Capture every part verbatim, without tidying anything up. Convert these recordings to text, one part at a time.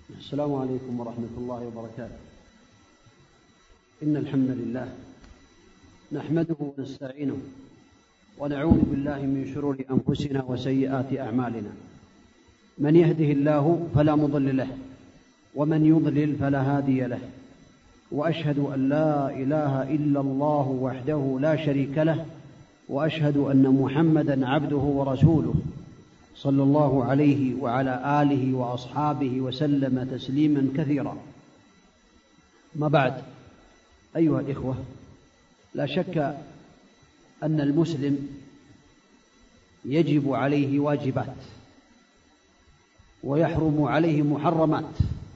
السلام عليكم ورحمة الله وبركاته. إن الحمد لله نحمده ونستعينه ونعوذ بالله من شرور أنفسنا وسيئات أعمالنا. من يهده الله فلا مضل له ومن يضلل فلا هادي له، وأشهد أن لا إله إلا الله وحده لا شريك له، وأشهد أن محمدا عبده ورسوله صلى الله عليه وعلى آله وأصحابه وسلم تسليما كثيرا. ما بعد، أيها الإخوة، لا شك أن المسلم يجب عليه واجبات ويحرم عليه محرمات،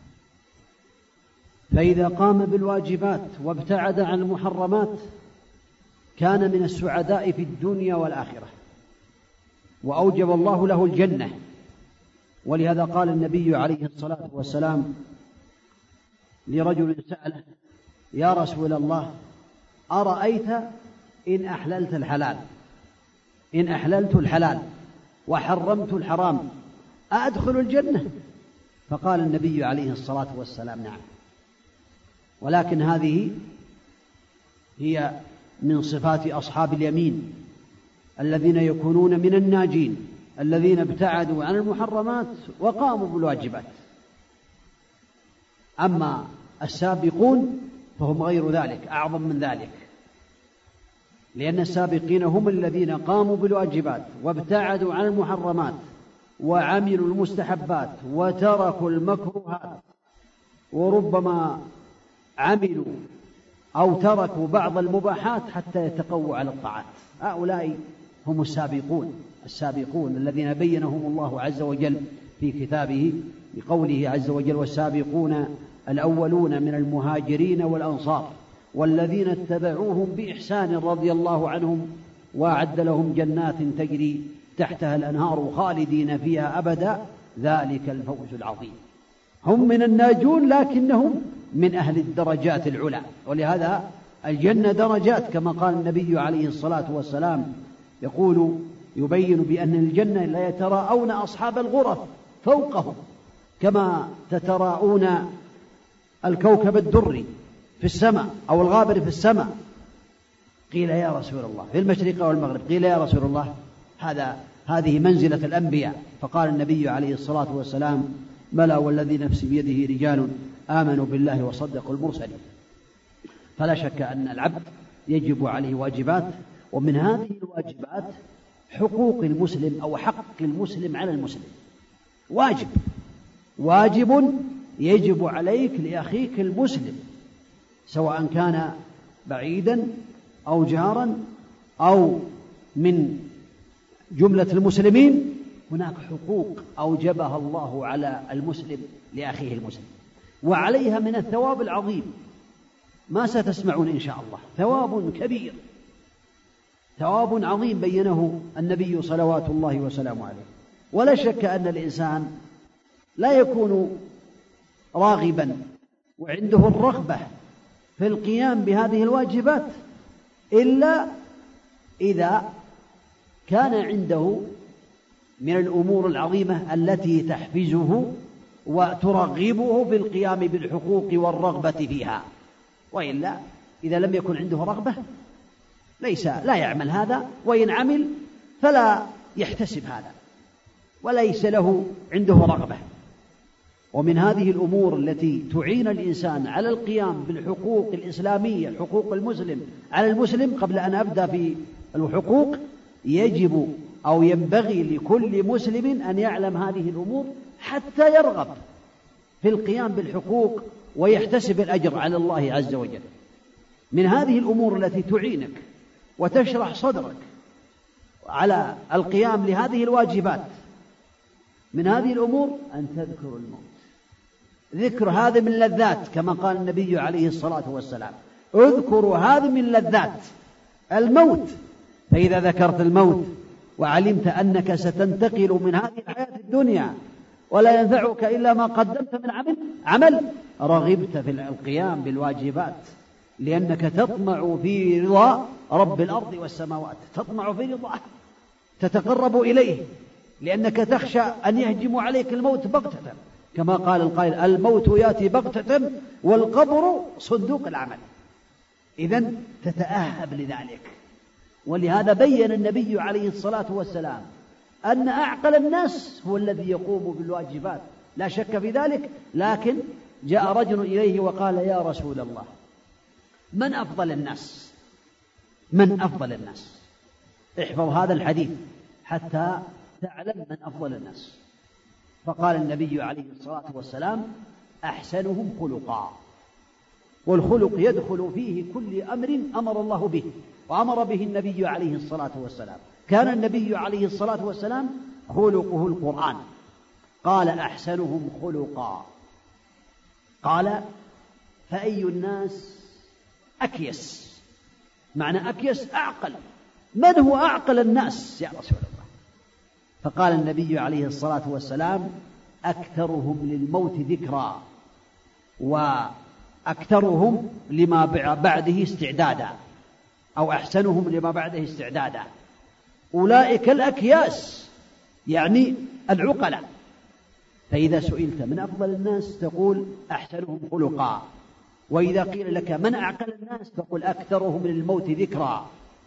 فإذا قام بالواجبات وابتعد عن المحرمات كان من السعداء في الدنيا والآخرة، وأوجب الله له الجنة. ولهذا قال النبي عليه الصلاة والسلام لرجل سأله: يا رسول الله، أرأيت إن أحللت الحلال إن أحللت الحلال وحرمت الحرام أأدخل الجنة؟ فقال النبي عليه الصلاة والسلام: نعم. ولكن هذه هي من صفات أصحاب اليمين الذين يكونون من الناجين، الذين ابتعدوا عن المحرمات وقاموا بالواجبات. أما السابقون فهم غير ذلك، أعظم من ذلك، لأن السابقين هم الذين قاموا بالواجبات وابتعدوا عن المحرمات وعملوا المستحبات وتركوا المكروهات، وربما عملوا أو تركوا بعض المباحات حتى يتقووا على الطاعات. هؤلاء هم السابقون السابقون الذين بينهم الله عز وجل في كتابه بقوله عز وجل: والسابقون الأولون من المهاجرين والأنصار والذين اتبعوهم بإحسان رضي الله عنهم وأعد لهم جنات تجري تحتها الأنهار خالدين فيها أبدا ذلك الفوز العظيم. هم من الناجون لكنهم من أهل الدرجات العلى، ولهذا الجنة درجات، كما قال النبي عليه الصلاة والسلام، يقول يبين بأن الجنة لا يتراءون أصحاب الغرف فوقهم كما تتراءون الكوكب الدري في السماء أو الغابر في السماء. قيل يا رسول الله، في المشرق والمغرب، قيل يا رسول الله هذا هذه منزلة الأنبياء. فقال النبي عليه الصلاة والسلام: بلى والذي نفسي بيده رجال آمنوا بالله وصدقوا المرسلين. فلا شك أن العبد يجب عليه واجبات، ومن هذه الواجبات حقوق المسلم أو حق المسلم على المسلم. واجب واجب يجب عليك لأخيك المسلم، سواء كان بعيدا أو جارا أو من جملة المسلمين. هناك حقوق أوجبها الله على المسلم لأخيه المسلم، وعليها من الثواب العظيم ما ستسمعون إن شاء الله، ثواب كبير، ثواب عظيم بينه النبي صلوات الله وسلامه عليه. ولا شك أن الإنسان لا يكون راغبا وعنده الرغبة في القيام بهذه الواجبات إلا إذا كان عنده من الأمور العظيمة التي تحفزه وترغبه بالقيام بالحقوق والرغبة فيها. وإلا إذا لم يكن عنده رغبة ليس لا يعمل هذا، وإن عمل فلا يحتسب هذا، وليس له عنده رغبة. ومن هذه الأمور التي تعين الإنسان على القيام بالحقوق الإسلامية، حقوق المسلم على المسلم، قبل أن أبدأ في الحقوق، يجب أو ينبغي لكل مسلم أن يعلم هذه الأمور حتى يرغب في القيام بالحقوق ويحتسب الأجر على الله عز وجل. من هذه الأمور التي تعينك وتشرح صدرك على القيام لهذه الواجبات، من هذه الأمور أن تذكر الموت. ذكر هذا من لذات، كما قال النبي عليه الصلاة والسلام: اذكروا هذا من لذات الموت. فإذا ذكرت الموت وعلمت أنك ستنتقل من هذه الحياة الدنيا ولا ينفعك إلا ما قدمت من عمل عمل رغبت في القيام بالواجبات، لأنك تطمع في رضا رب الأرض والسماوات، تطمع في رضاه، تتقرب إليه، لأنك تخشى أن يهجم عليك الموت بغتة كما قال القائل: الموت يأتي بغتة والقبر صندوق العمل. إذن تتأهب لذلك. ولهذا بين النبي عليه الصلاة والسلام أن أعقل الناس هو الذي يقوم بالواجبات، لا شك في ذلك. لكن جاء رجل إليه وقال: يا رسول الله، من أفضل الناس؟ من أفضل الناس؟ احفظ هذا الحديث حتى تعلم من أفضل الناس. فقال النبي عليه الصلاة والسلام: أحسنهم خلقا. والخلق يدخل فيه كل أمر أمر الله به وأمر به النبي عليه الصلاة والسلام. كان النبي عليه الصلاة والسلام خلقه القرآن. قال: أحسنهم خلقا. قال: فأي الناس أكيس؟ معنى أكيس أعقل. من هو أعقل الناس يا رسول الله؟ فقال النبي عليه الصلاة والسلام: أكثرهم للموت ذكرا، وأكثرهم لما بعده استعدادا، أو أحسنهم لما بعده استعدادا. أولئك الأكياس، يعني العقلاء. فإذا سئلت من أفضل الناس تقول: أحسنهم خلقا. وإذا قيل لك: من أعقل الناس؟ تقول: أكثرهم للموت ذكرا،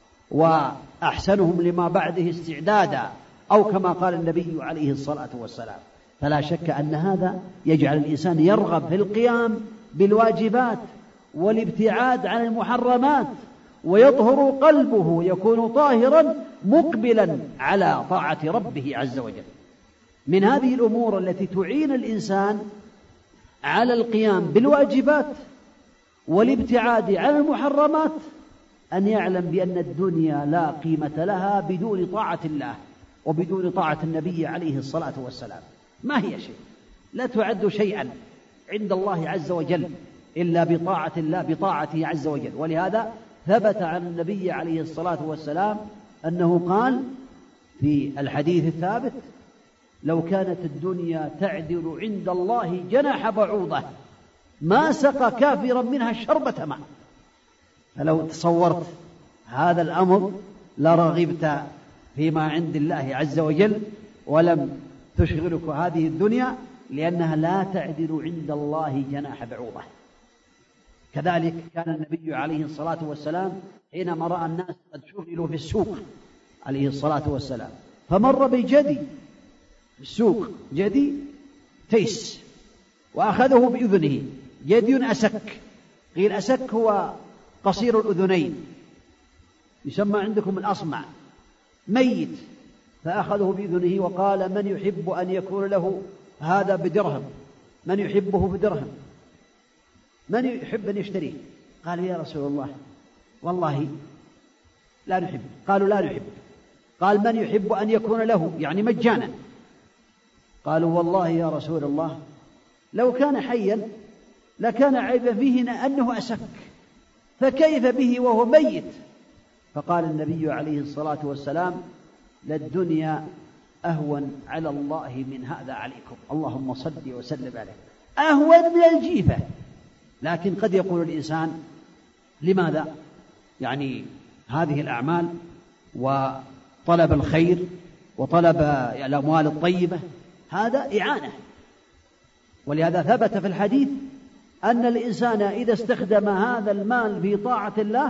وأحسنهم لما بعده استعدادا، أو كما قال النبي عليه الصلاة والسلام. فلا شك أن هذا يجعل الإنسان يرغب في القيام بالواجبات والابتعاد عن المحرمات، ويطهر قلبه، يكون طاهرا مقبلا على طاعة ربه عز وجل. من هذه الأمور التي تعين الإنسان على القيام بالواجبات والابتعاد عن المحرمات أن يعلم بأن الدنيا لا قيمة لها بدون طاعة الله وبدون طاعة النبي عليه الصلاة والسلام. ما هي شيء، لا تعد شيئا عند الله عز وجل إلا بطاعة الله، بطاعته عز وجل. ولهذا ثبت عن النبي عليه الصلاة والسلام أنه قال في الحديث الثابت: لو كانت الدنيا تعدل عند الله جناح بعوضة ما سقى كافرا منها شربة ماء. فلو تصورت هذا الأمر لرغبت فيما عند الله عز وجل ولم تشغلك هذه الدنيا، لأنها لا تعدل عند الله جناح بعوضة. كذلك كان النبي عليه الصلاة والسلام حينما رأى الناس قد شغلوا في السوق عليه الصلاة والسلام، فمر بجدي في السوق، جدي تيس، وأخذه بأذنه، جدي أسك. قيل أسك هو قصير الأذنين، يسمى عندكم الأصمع، ميت. فأخذه بأذنه وقال: من يحب أن يكون له هذا بدرهم؟ من يحبه بدرهم؟ من يحب أن يشتريه؟ قالوا: يا رسول الله والله لا نحب. قالوا: لا نحب. قال: من يحب أن يكون له، يعني مجانا؟ قالوا: والله يا رسول الله لو كان حيا لكان عيبا فيه أنه أسك، فكيف به وهو ميت؟ فقال النبي عليه الصلاة والسلام: للدنيا أهون على الله من هذا عليكم. اللهم صل وسلم عليه. أهون من الجيفة. لكن قد يقول الإنسان: لماذا يعني هذه الأعمال وطلب الخير وطلب الأموال الطيبة هذا إعانة. ولهذا ثبت في الحديث أن الإنسان إذا استخدم هذا المال في طاعة الله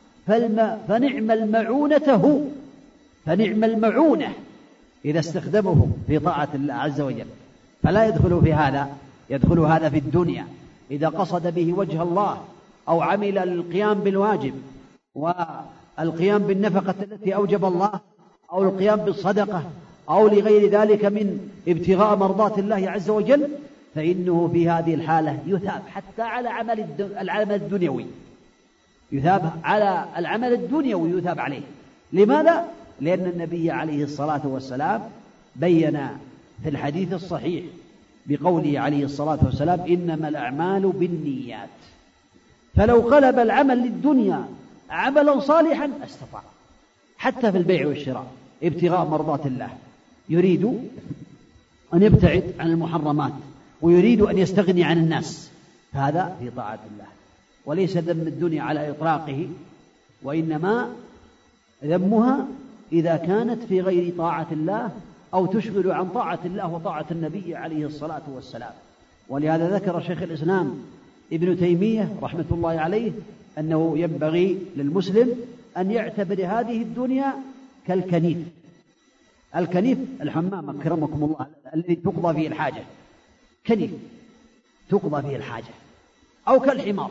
فنعم المعونة هو، فنعم المعونة إذا استخدمه في طاعة الله عز وجل. فلا يدخل في هذا، يدخل هذا في الدنيا إذا قصد به وجه الله، أو عمل القيام بالواجب والقيام بالنفقة التي أوجب الله، أو القيام بالصدقة، أو لغير ذلك من ابتغاء مرضات الله عز وجل، فإنه في هذه الحالة يثاب حتى على عمل العمل الدنيوي، يثاب على العمل الدنيوي يثاب عليه. لماذا؟ لأن النبي عليه الصلاة والسلام بين في الحديث الصحيح بقوله عليه الصلاة والسلام: إنما الأعمال بالنيات. فلو قلب العمل للدنيا عملا صالحا استطاع، حتى في البيع والشراء ابتغاء مرضات الله، يريد أن يبتعد عن المحرمات ويريد أن يستغني عن الناس، هذا في طاعة الله. وليس ذم الدنيا على إطلاقه، وإنما ذمها إذا كانت في غير طاعة الله أو تشغل عن طاعة الله وطاعة النبي عليه الصلاة والسلام. ولهذا ذكر شيخ الإسلام ابن تيمية رحمة الله عليه أنه ينبغي للمسلم أن يعتبر هذه الدنيا كالكنيف. الكنيف الحمام أكرمكم الله الذي تقضى فيه الحاجة، كنيف تقضى فيه الحاجة، أو كالحمار،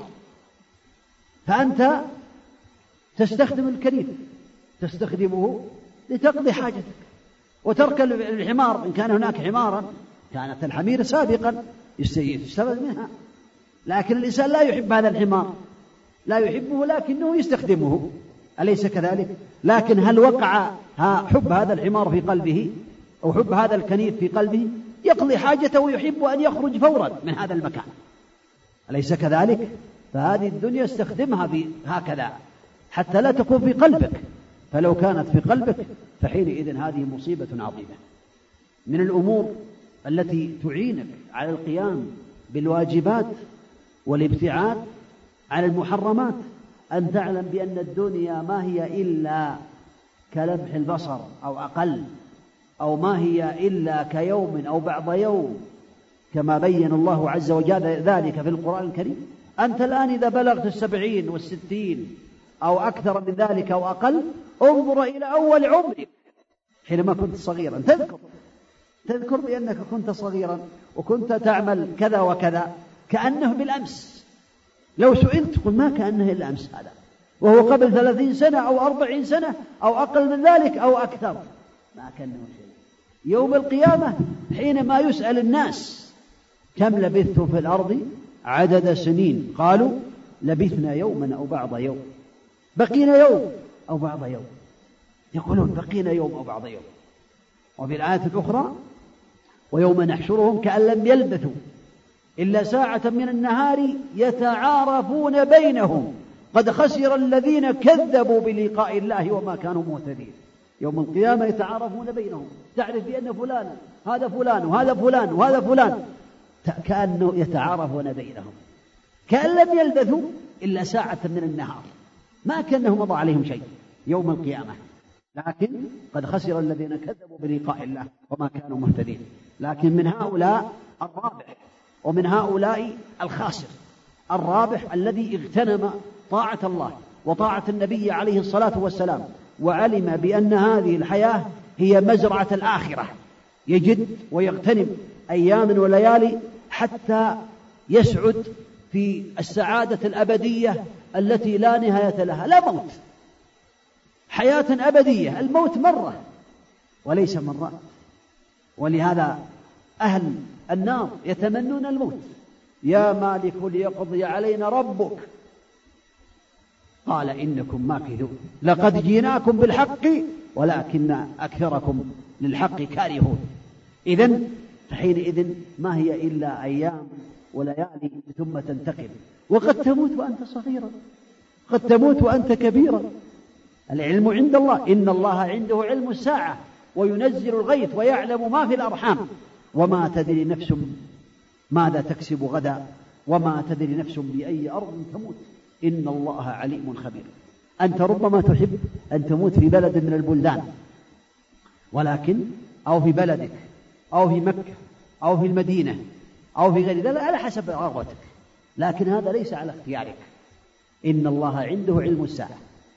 فأنت تستخدم الكنيف، تستخدمه لتقضي حاجتك وتركب الحمار إن كان هناك حمارا، كانت الحمير سابقا يستفاد منها، لكن الإنسان لا يحب هذا الحمار، لا يحبه لكنه يستخدمه، أليس كذلك؟ لكن هل وقع حب هذا الحمار في قلبه أو حب هذا الكنيف في قلبه؟ يقضي حاجته ويحب أن يخرج فورا من هذا المكان، أليس كذلك؟ فهذه الدنيا استخدمها هكذا حتى لا تكون في قلبك، فلو كانت في قلبك فحينئذ هذه مصيبة عظيمة. من الأمور التي تعينك على القيام بالواجبات والابتعاد عن المحرمات أن تعلم بأن الدنيا ما هي إلا كلمح البصر أو أقل، أو ما هي إلا كيوم أو بعض يوم، كما بين الله عز وجل ذلك في القرآن الكريم. أنت الآن إذا بلغت السبعين والستين أو أكثر من ذلك أو أقل، انظر إلى أول عمرك حينما كنت صغيرا، تذكر تذكر بأنك كنت صغيرا وكنت تعمل كذا وكذا كأنه بالأمس. لو سئلت قل ما كأنه إلا أمس هذا، وهو قبل ثلاثين سنة أو أربعين سنة أو أقل من ذلك أو أكثر، ما كأنه شيء. يوم القيامة حينما يسأل الناس كم لبثتم في الأرض عدد سنين، قالوا لبثنا يوما أو بعض يوم، بقينا يوم أو بعض يوم، يقولون بقينا يوم أو بعض يوم. وفي الآية الأخرى ويوم نحشرهم كأن لم يلبثوا إلا ساعة من النهار يتعارفون بينهم قد خسر الذين كذبوا بلقاء الله وما كانوا مهتدين. يوم القيامة يتعارفون بينهم، تعرف بأن فلانا هذا فلان وهذا فلان وهذا فلان، كأنه يتعارفون بينهم، كأن لم يلبثوا إلا ساعة من النهار، ما كأنه مضى عليهم شيء يوم القيامة، لكن قد خسر الذين كذبوا بلقاء الله وما كانوا مهتدين. لكن من هؤلاء الرابح ومن هؤلاء الخاسر. الرابح الذي اغتنم طاعة الله وطاعة النبي عليه الصلاة والسلام، وعلم بأن هذه الحياة هي مزرعة الآخرة، يجد ويغتنم أيام وليالي حتى يسعد في السعادة الأبدية التي لا نهاية لها، لا موت، حياة أبدية، الموت مرة وليس مرات. ولهذا أهل النار يتمنون الموت، يا مالك ليقضي علينا ربك، قال إنكم ماكثون، لقد جئناكم بالحق ولكن أكثركم للحق كارهون. إذن فحينئذ ما هي إلا أيام وليالي ثم تنتقل، وقد تموت وأنت صغيرا، قد تموت وأنت كبيرا. العلم عند الله، إن الله عنده علم الساعة وينزل الغيث ويعلم ما في الأرحام وما تدري نفس ماذا تكسب غدا وما تدري نفس بأي أرض تموت، إن الله عليم خبير. أنت ربما تحب أن تموت في بلد من البلدان، ولكن أو في بلدك أو في مكة أو في المدينة أو في غير ذلك على حسب رغبتك، لكن هذا ليس على اختيارك. إن الله عنده علم الساعة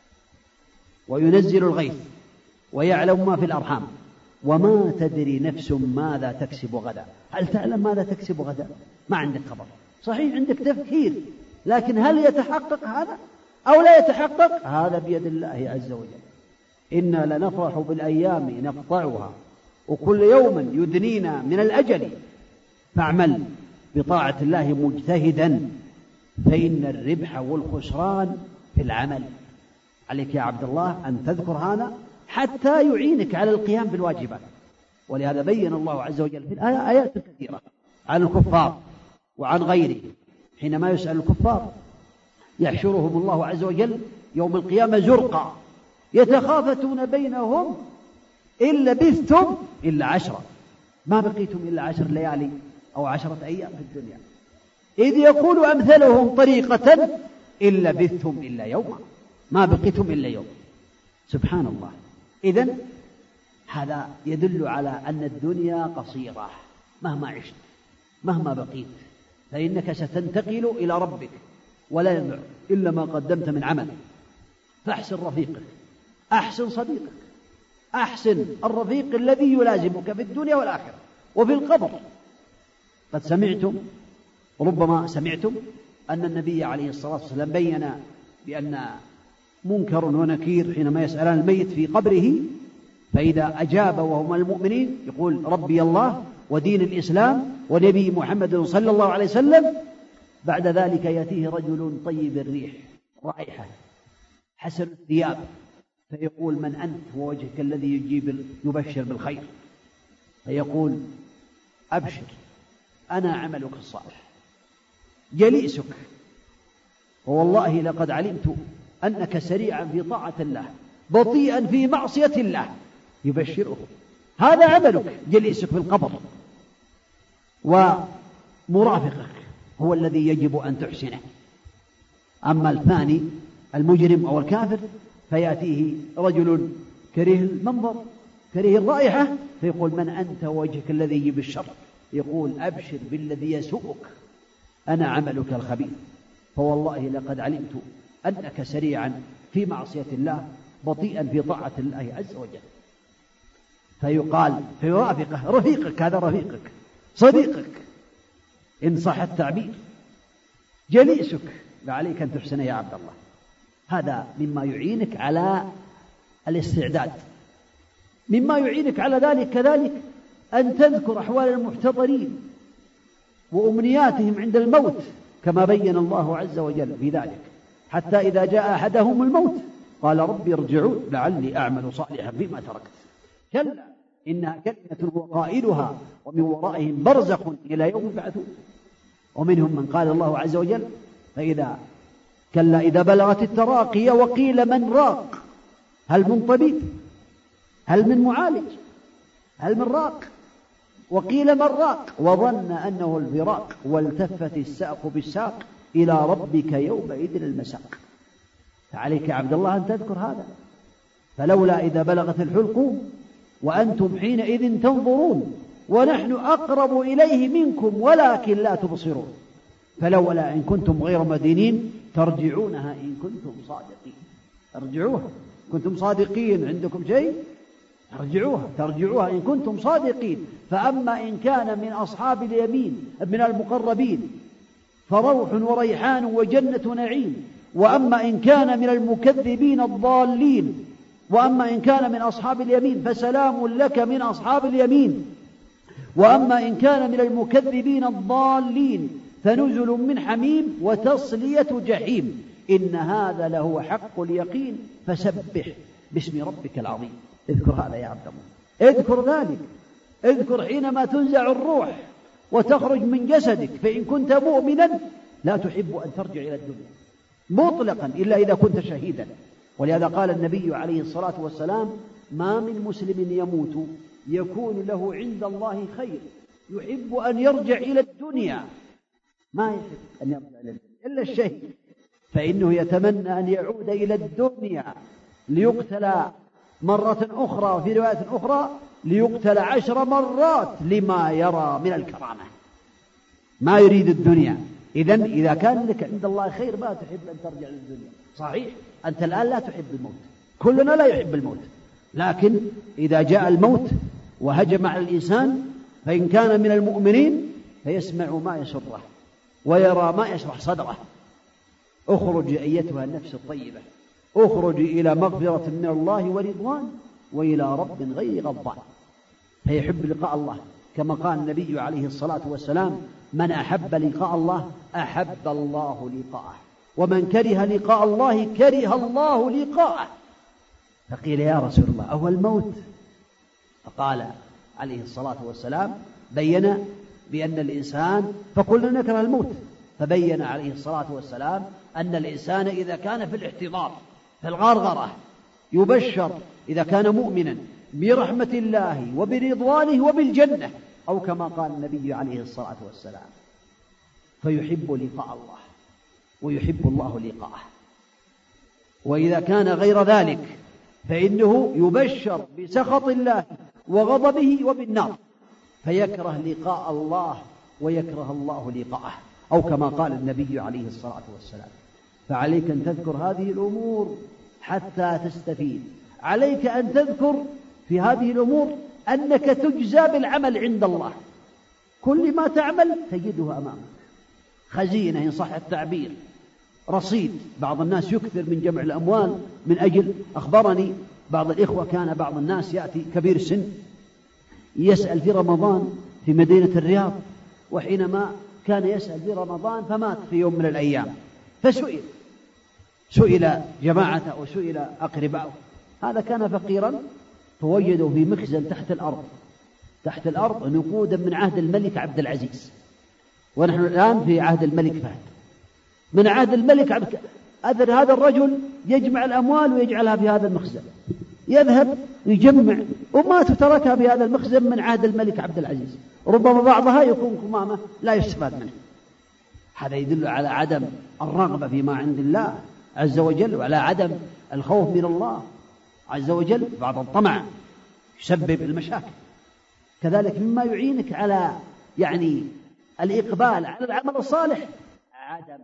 وينزل الغيث ويعلم ما في الأرحام وما تدري نفس ماذا تكسب غدا. هل تعلم ماذا تكسب غدا؟ ما عندك خبر، صحيح عندك تفكير، لكن هل يتحقق هذا أو لا يتحقق؟ هذا بيد الله عز وجل. إنا لنفرح بالأيام نقطعها وكل يوم يدنينا من الأجل، فاعمل بطاعة الله مجتهدا فإن الربح والخسران في العمل. عليك يا عبد الله أن تذكر هذا حتى يعينك على القيام بالواجبات. ولهذا بين الله عز وجل في الآية آيات كثيرة عن الكفار وعن غيره. حينما يسأل الكفار يحشرهم الله عز وجل يوم القيامة زرقا يتخافتون بينهم إن لبثتم إلا عشرة، ما بقيتم إلا عشر ليالي أو عشرة أيام في الدنيا، إذ يقول أمثلهم طريقة إن لبثتم إلا يوما، ما بقيتم إلا يوم. سبحان الله. إذن هذا يدل على أن الدنيا قصيرة، مهما عشت مهما بقيت فإنك ستنتقل إلى ربك ولا ينفع إلا ما قدمت من عمل. فأحسن رفيقك، أحسن صديقك، أحسن الرفيق الذي يلازمك في الدنيا والآخرة وفي القبر. قد سمعتم، ربما سمعتم أن النبي عليه الصلاة والسلام بين بأن منكر ونكير حينما يسألان الميت في قبره فإذا أجاب وهم المؤمنين يقول ربي الله ودين الإسلام ونبي محمد صلى الله عليه وسلم. بعد ذلك يأتيه رجل طيب الريح رائحة حسن الثياب فيقول من أنت ووجهك الذي يجيب يبشر بالخير؟ فيقول أبشر أنا عملك الصالح جليسك، ووالله لقد علمت أنك سريعا في طاعة الله بطيئا في معصية الله. يبشره هذا عملك جليسك في القبر. ومرافقك هو الذي يجب أن تحسنه. أما الثاني المجرم أو الكافر فيأتيه رجل كريه المنظر كريه الرائحة فيقول من أنت ووجهك الذي يجيب الشر؟ يقول أبشر بالذي يسوءك أنا عملك الخبيث، فوالله لقد علمت أنك سريعا في معصية الله بطيئا في طاعة الله عز وجل. فيقال فيرافقه رفيقك، هذا رفيقك صديقك إن صح التعبير، جليسك، فعليك أن تحسن يا عبد الله. هذا مما يعينك على الاستعداد. مما يعينك على ذلك كذلك أن تذكر أحوال المحتضرين وأمنياتهم عند الموت كما بين الله عز وجل في ذلك، حتى إذا جاء أحدهم الموت قال ربي ارجعون لعلي أعمل صالحا فيما تركت. كلا إنها كلمة هو قائلها ومن ورائهم برزخ إلى يوم يبعثون. ومنهم من قال الله عز وجل فإذا كلا إذا بلغت التراقي وقيل من راق، هل من طبيب؟ هل من معالج؟ هل من راق؟ وقيل من راق وظن أنه الفراق والتفت الساق بالساق إلى ربك يومئذ المساق. فعليك يا عبد الله أن تذكر هذا. فلولا إذا بلغت الحلقوم وأنتم حينئذ تنظرون ونحن أقرب إليه منكم ولكن لا تبصرون، فلولا إن كنتم غير مدينين ترجعونها إن كنتم صادقين. ارجعوها كنتم صادقين، عندكم شيء ارجعوها ترجعوها إن كنتم صادقين. فأما إن كان من أصحاب اليمين من المقربين فروح وريحان وجنة نعيم، وأما إن كان من المكذبين الضالين وأما إن كان من أصحاب اليمين فسلام لك من أصحاب اليمين، وأما إن كان من المكذبين الضالين فنزل من حميم وتصلية جحيم. إن هذا لهو حق اليقين فسبح باسم ربك العظيم. اذكر هذا يا عبد الله، اذكر ذلك، اذكر حينما تنزع الروح وتخرج من جسدك، فإن كنت مؤمنا لا تحب أن ترجع إلى الدنيا مطلقا إلا إذا كنت شهيدا. ولهذا قال النبي عليه الصلاة والسلام ما من مسلم يموت يكون له عند الله خير يحب أن يرجع إلى الدنيا، ما يحب أن يرجع إلى الدنيا إلا الشهيد، فإنه يتمنى أن يعود إلى الدنيا ليقتل مرة أخرى، وفي رواية أخرى ليقتل عشر مرات لما يرى من الكرامة، ما يريد الدنيا. إذن إذا كان لك عند الله خير ما تحب أن ترجع للدنيا. صحيح أنت الآن لا تحب الموت، كلنا لا يحب الموت، لكن إذا جاء الموت وهجم على الإنسان فإن كان من المؤمنين فيسمع ما يسره ويرى ما يشرح صدره. اخرج أيتها النفس الطيبة، اخرج إلى مغفرة من الله ورضوان وإلى رب غير غضبان. فيحب لقاء الله كما قال النبي عليه الصلاة والسلام من أحب لقاء الله أحب الله لقاءه، ومن كره لقاء الله كره الله لقاءه. فقيل يا رسول الله أهو الموت؟ فقال عليه الصلاة والسلام بين بأن الإنسان فقلنا نكره الموت، فبين عليه الصلاة والسلام أن الإنسان إذا كان في الاحتضار في الغرغرة يبشر إذا كان مؤمنا برحمة الله وبرضوانه وبالجنة، أو كما قال النبي عليه الصلاة والسلام فيحب لقاء الله ويحب الله لقاءه. وإذا كان غير ذلك فإنه يبشر بسخط الله وغضبه وبالنار، فيكره لقاء الله ويكره الله لقاءه، أو كما قال النبي عليه الصلاة والسلام. فعليك أن تذكر هذه الأمور حتى تستفيد. عليك أن تذكر في هذه الأمور أنك تجزى بالعمل عند الله، كل ما تعمل تجده أمامك خزينة إن صح التعبير، رصيد. بعض الناس يكثر من جمع الأموال من أجل، أخبرني بعض الإخوة كان بعض الناس يأتي كبير السن يسأل في رمضان في مدينة الرياض، وحينما كان يسأل في رمضان فمات في يوم من الأيام، فسئل سئل جماعته وسئل أقربائه، هذا كان فقيرا فوجدوا في مخزن تحت الأرض تحت الأرض نقودا من عهد الملك عبد العزيز، ونحن الآن في عهد الملك فهد، من عهد الملك عبد أثر هذا الرجل يجمع الأموال ويجعلها في هذا المخزن، يذهب يجمع وما تتركها في هذا المخزن من عهد الملك عبد العزيز، ربما بعضها يكون قمامة لا يستفاد منه. هذا يدل على عدم الرغبة فيما عند الله عز وجل، وعلى عدم الخوف من الله عز وجل. بعض الطمع يسبب المشاكل. كذلك مما يعينك على يعني الإقبال على العمل الصالح عدم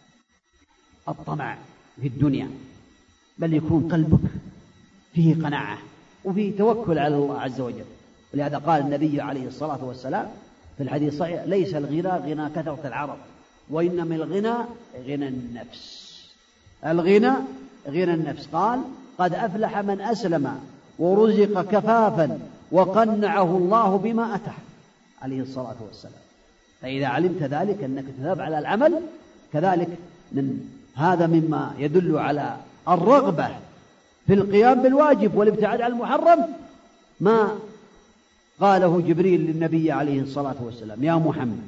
الطمع في الدنيا، بل يكون قلبك فيه قناعة وفيه توكل على الله عز وجل. ولهذا قال النبي عليه الصلاة والسلام في الحديث الصحيح: ليس الغنى غنى كثرة العرب، وإنما الغنى غنى النفس. الغنى غنى النفس. قال: قد أفلح من أسلم ورزق كفافا وقنعه الله بما أتاه عليه الصلاة والسلام. فإذا علمت ذلك أنك تذهب على العمل، كذلك من هذا مما يدل على الرغبة في القيام بالواجب والابتعاد عن المحرم ما قاله جبريل للنبي عليه الصلاة والسلام: يا محمد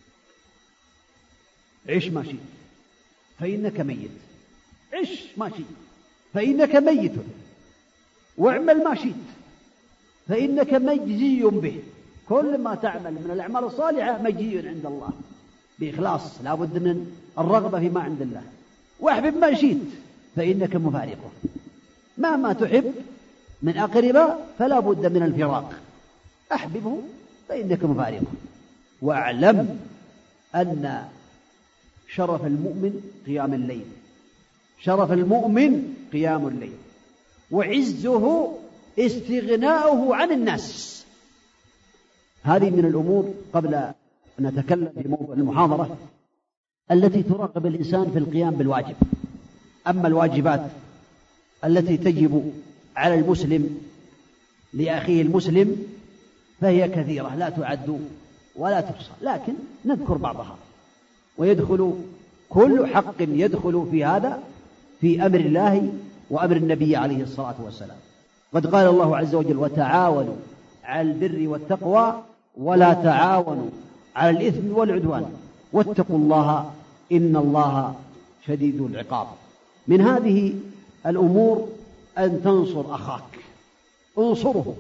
عش ما شئت فإنك ميت، عش ما شئت فإنك ميت، واعمل ما شئت فإنك مجزي به. كل ما تعمل من الأعمال الصالحة مجزي عند الله بإخلاص، لا بد من الرغبة فيما عند الله. واحبب ما شئت فإنك مفارقه، مهما تحب من أقرباء فلا بد من الفراق، أحببه فإنك مفارقه. واعلم أن شرف المؤمن قيام الليل، شرف المؤمن قيام الليل، وعزه استغناؤه عن الناس. هذه من الأمور قبل أن نتكلم في موضوع المحاضرة التي تراقب الإنسان في القيام بالواجب. أما الواجبات التي تجب على المسلم لأخيه المسلم فهي كثيرة لا تعد ولا تحصى، لكن نذكر بعضها. ويدخل كل حق يدخل في هذا في أمر الله وأمر النبي عليه الصلاة والسلام. قد قال الله عز وجل: وتعاونوا على البر والتقوى ولا تعاونوا على الإثم والعدوان واتقوا الله إن الله شديد العقاب. من هذه الأمور أن تنصر أخاك، انصره.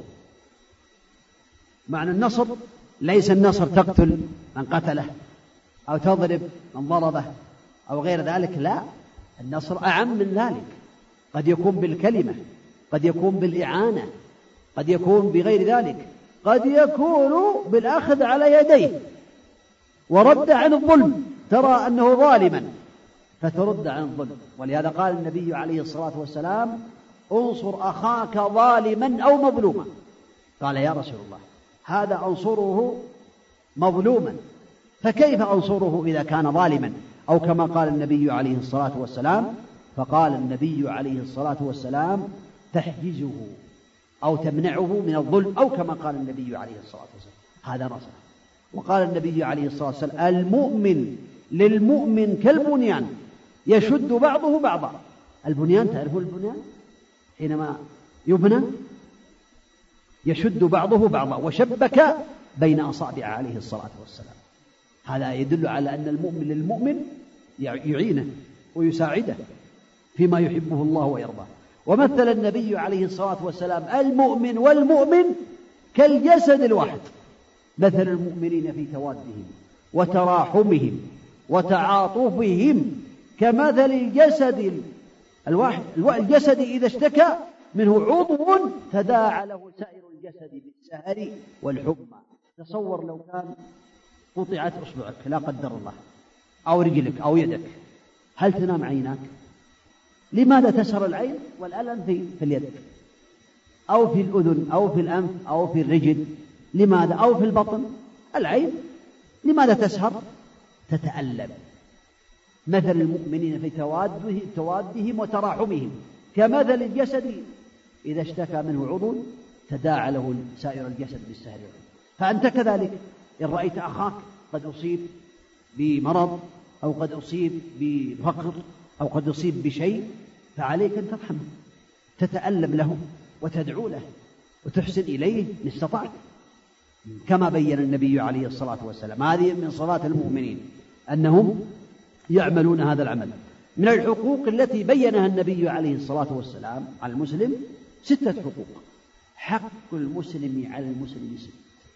معنى النصر ليس النصر تقتل من قتله أو تضرب من ضربه أو غير ذلك، لا، النصر أعم من ذلك. قد يكون بالكلمة، قد يكون بالإعانة، قد يكون بغير ذلك، قد يكون بالأخذ على يديه ورد عن الظلم. ترى أنه ظالما فترد عن الظلم. ولهذا قال النبي عليه الصلاة والسلام: انصر أخاك ظالما أو مظلوما. قال: يا رسول الله، هذا أنصره مظلوما، فكيف أنصره إذا كان ظالما؟ أو كما قال النبي عليه الصلاة والسلام، فقال النبي عليه الصلاة والسلام: تحجزه أو تمنعه من الظلم، أو كما قال النبي عليه الصلاة والسلام. هذا نصر. وقال النبي عليه الصلاة والسلام: المؤمن للمؤمن كالبنيان يشد بعضه بعضا. البنيان، تعرفون البنيان حينما يبنى يشد بعضه بعضا، وشبك بين أصابع عليه الصلاة والسلام. هذا يدل على أن المؤمن للمؤمن يعينه ويساعده فيما يحبه الله ويرضاه. ومثل النبي عليه الصلاة والسلام المؤمن والمؤمن كالجسد الواحد، مثل المؤمنين في توادهم وتراحمهم وتعاطفهم كمثل الجسد الواحد. الجسد إذا اشتكى منه عضو تداعى له سائر الجسد بالسهر والحمى. تصور لو كان قطعت أصبعك لا قدر الله، أو رجلك أو يدك، هل تنام عيناك؟ لماذا تسهر العين والألم في, في اليد أو في الأذن أو في الأنف أو في الرجل؟ لماذا؟ أو في البطن العين، لماذا تسهر؟ تتألم. مثل المؤمنين في تواده توادهم وتراحمهم كمثل الجسد إذا اشتكى منه عضو تداعى له سائر الجسد بالسهر والحمى. فأنت كذلك إن رأيت أخاك قد أصيب بمرض أو قد أصيب بفقر أو قد أصيب بشيء فعليك أن ترحمه، تتألم له وتدعو له وتحسن إليه إن استطعت، كما بين النبي عليه الصلاة والسلام. هذه من صفات المؤمنين أنهم يعملون هذا العمل. من الحقوق التي بينها النبي عليه الصلاة والسلام على المسلم ستة حقوق. حق المسلم على المسلم ست: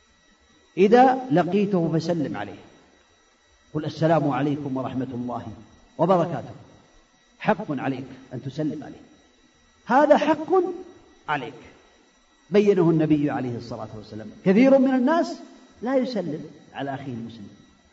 إذا لقيته فسلم عليه، قل السلام عليكم ورحمة الله وبركاته، حق عليك أن تسلم عليه، هذا حق عليك بينه النبي عليه الصلاة والسلام. كثير من الناس لا يسلم على أخيه المسلم،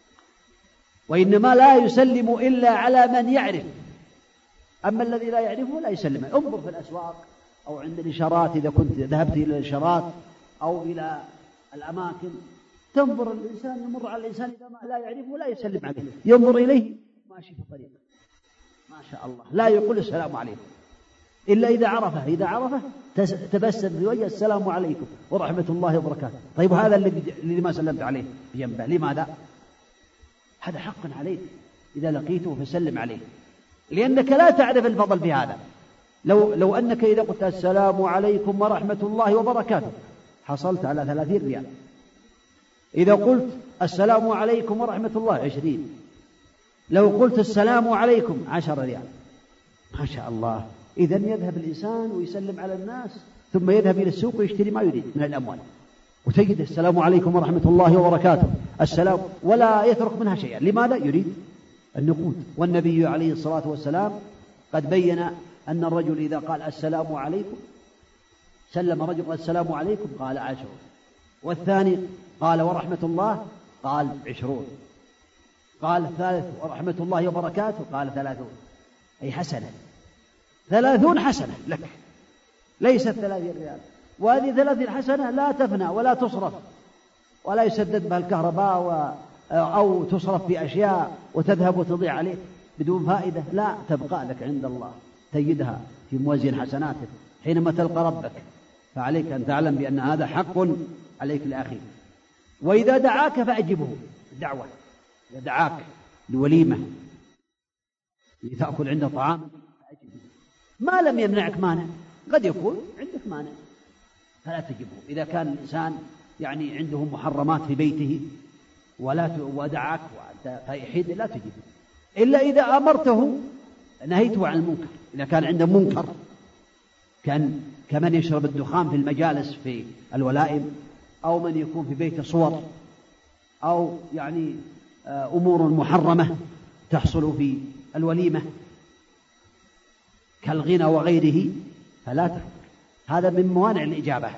وإنما لا يسلم إلا على من يعرف، أما الذي لا يعرفه لا يسلم. انظر في الأسواق أو عند الإشارات، إذا كنت ذهبت إلى الإشارات أو إلى الأماكن، تنظر الإنسان يمر على الإنسان إذا ما لا يعرفه لا يسلم عليه، ينظر إليه ماشي في الطريق ما شاء الله لا يقول السلام عليكم إلا إذا عرفه، إذا عرفه تبسم في وجهه السلام عليكم ورحمة الله وبركاته. طيب هذا الذي ما سلمت عليه بجنبه لماذا؟ هذا حق عليك إذا لقيته فسلم عليه، لأنك لا تعرف الفضل في هذا. لو, لو أنك إذا قلت السلام عليكم ورحمة الله وبركاته حصلت على ثلاثين ريال، إذا قلت السلام عليكم ورحمة الله عشرين، لو قلت السلام عليكم عشر ريال، ما شاء الله. إذن يذهب الإنسان ويسلم على الناس ثم يذهب إلى السوق ويشتري ما يريد من الأموال، وتجد السلام عليكم ورحمة الله وبركاته السلام، ولا يترك منها شيئا. لماذا؟ يريد النقود. والنبي عليه الصلاة والسلام قد بين أن الرجل إذا قال السلام عليكم، سلم رجل السلام عليكم قال عشر، والثاني قال ورحمة الله قال عشرون، قال الثالث ورحمة الله وبركاته قال ثلاثون، أي حسنة، ثلاثون حسنة لك، ليست ثلاثين ريال. وهذه ثلاثين حسنة لا تفنى ولا تصرف ولا يسدد بها الكهرباء و... أو تصرف في أشياء وتذهب وتضيع عليك بدون فائدة، لا، تبقى لك عند الله، تجدها في موازين حسناتك حينما تلقى ربك. فعليك أن تعلم بأن هذا حق عليك لأخيك. وإذا دعاك فأجبه الدعوة، إذا دعاك لوليمة لتأكل عنده طعام فأجبه، ما لم يمنعك مانع، قد يكون عندك مانع فلا تجبه. إذا كان الإنسان يعني عنده محرمات في بيته ولا ودعاك وأنت فيحيد لا تجبه، إلا إذا أمرته نهيته عن المنكر. إذا كان عنده منكر كان كمن يشرب الدخان في المجالس في الولائم، أو من يكون في بيت صور، أو يعني أمور محرمة تحصل في الوليمة كالغنى وغيره فلا تفعل، هذا من موانع الإجابة.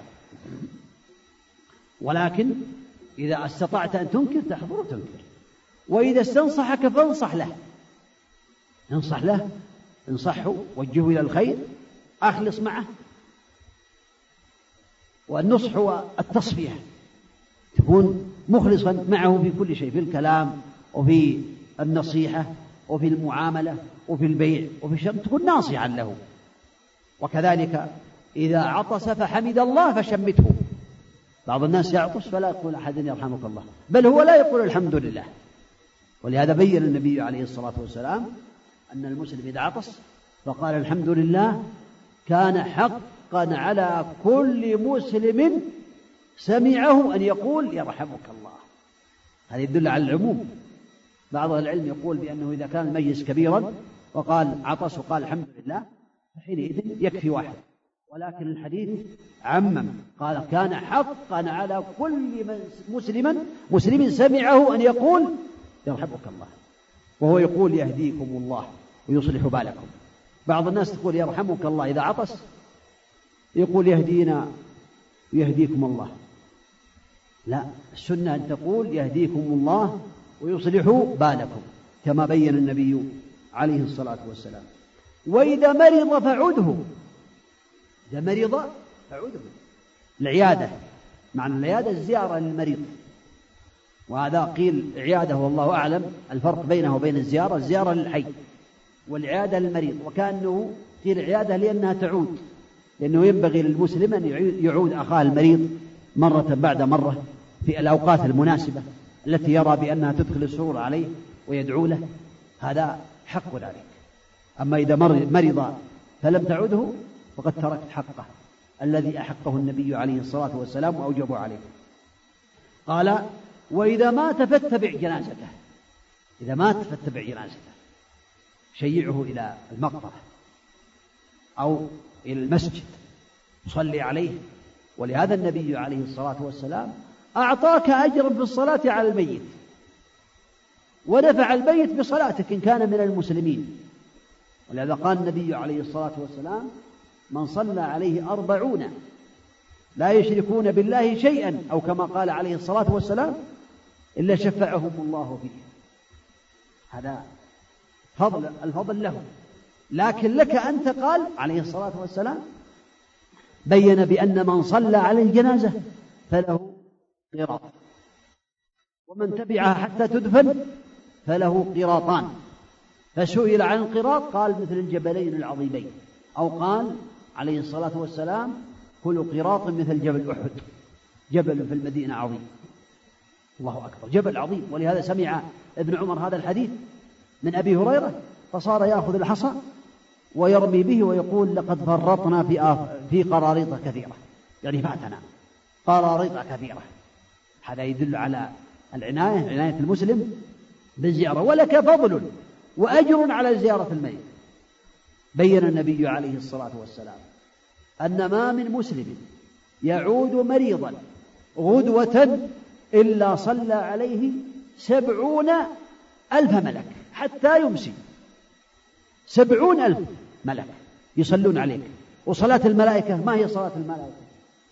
ولكن إذا استطعت أن تنكر تحضر وتنكر، وإذا استنصحك فانصح له، انصح له، انصحه، وجهه إلى الخير، أخلص معه. والنصح هو التصفية، تكون مخلصا معه في كل شيء، في الكلام وفي النصيحة وفي المعاملة وفي البيع وفي الشراء، تكون ناصحا له. وكذلك إذا عطس فحمد الله فشمته. بعض الناس يعطس فلا يقول أحد يرحمك الله، بل هو لا يقول الحمد لله. ولهذا بين النبي عليه الصلاة والسلام أن المسلم إذا عطس فقال الحمد لله كان حقا على كل مسلم سمعه أن يقول يرحمك الله. هذا يدل على العموم. بعض العلم يقول بأنه إذا كان المجلس كبيرا وقال عطس وقال الحمد لله فحينئذ يكفي واحد، ولكن الحديث عمم، قال كان حقا على كل مسلم مسلم سمعه أن يقول يرحمك الله، وهو يقول يهديكم الله ويصلح بالكم. بعض الناس تقول يرحمك الله إذا عطس يقول يهدينا ويهديكم الله. لا، السنة أن تقول يهديكم الله ويصلح بالكم كما بين النبي عليه الصلاة والسلام. وإذا مرض فعده، إذا مرض فعده، العيادة، معنى العيادة الزيارة للمريض، وهذا قيل عيادة والله أعلم الفرق بينه وبين الزيارة. الزيارة للحي والعيادة للمريض، وكأنه قيل عيادة لأنها تعود، لأنه ينبغي للمسلم أن يعود أخاه المريض مرة بعد مرة في الأوقات المناسبة التي يرى بأنها تدخل السرور عليه ويدعو له، هذا حق عليك. أما إذا مرض فلم تعده فقد تركت حقه الذي أحقه النبي عليه الصلاة والسلام وأوجبه عليه. قال وإذا مات فاتبع جنازته، إذا مات فاتبع جنازته، شيعه إلى المقبرة أو إلى المسجد صلي عليه. ولهذا النبي عليه الصلاة والسلام أعطاك أجرا في الصلاة على الميت، ونفع الميت بصلاتك إن كان من المسلمين. ولهذا قال النبي عليه الصلاة والسلام من صلى عليه أربعون لا يشركون بالله شيئا، أو كما قال عليه الصلاة والسلام إلا شفعهم الله فيه. هذا فضل، الفضل له. لكن لك أنت، قال عليه الصلاة والسلام بين بأن من صلى على الجنازة فله قراط، ومن تبعها حتى تدفن فله قراطان. فسئل عن القراط قال مثل الجبلين العظيمين، أو قال عليه الصلاة والسلام كل قراط مثل جبل أحد، جبل في المدينة عظيم. الله أكبر، جبل عظيم. ولهذا سمع ابن عمر هذا الحديث من أبي هريرة فصار يأخذ الحصى ويرمي به ويقول لقد فرطنا في في قراريط كثيرة، يعني فاتنا قراريط كثيرة. هذا يدل على العناية، عناية المسلم بالزيارة. ولك فضل وأجر على زيارة الميت. بين النبي عليه الصلاة والسلام أن ما من مسلم يعود مريضا غدوة إلا صلى عليه سبعون ألف ملك حتى يمسي. سبعون ألف ملك يصلون عليك. وصلاة الملائكة، ما هي صلاة الملائكة؟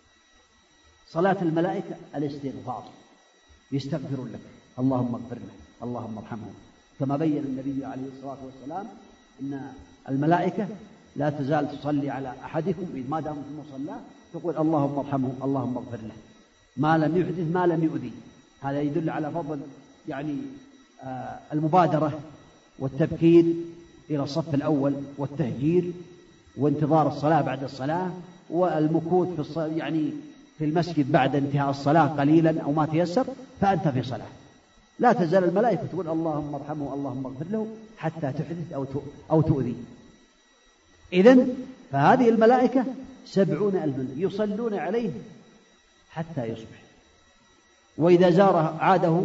صلاة الملائكة الاستغفار، يستغفرون لك، اللهم اغفر له، اللهم ارحمه. كما بين النبي عليه الصلاة والسلام أن الملائكة لا تزال تصلي على أحدكم ما دام في المصلى، تقول اللهم ارحمه، اللهم اغفر له، ما لم يحدث ما لم يؤذي. هذا يدل على فضل يعني آه المبادرة والتبكير إلى الصف الأول والتهجير وانتظار الصلاة بعد الصلاة، والمكوث في الصلاة يعني في المسجد بعد انتهاء الصلاة قليلا أو ما تيسر، فأنت في صلاة. لا تزال الملائكة تقول اللهم ارحمه، اللهم اغفر له، حتى تحدث أو أو تؤذي. إذن فهذه الملائكة سبعون ألفا يصلون عليه حتى يصبح. وإذا زاره عاده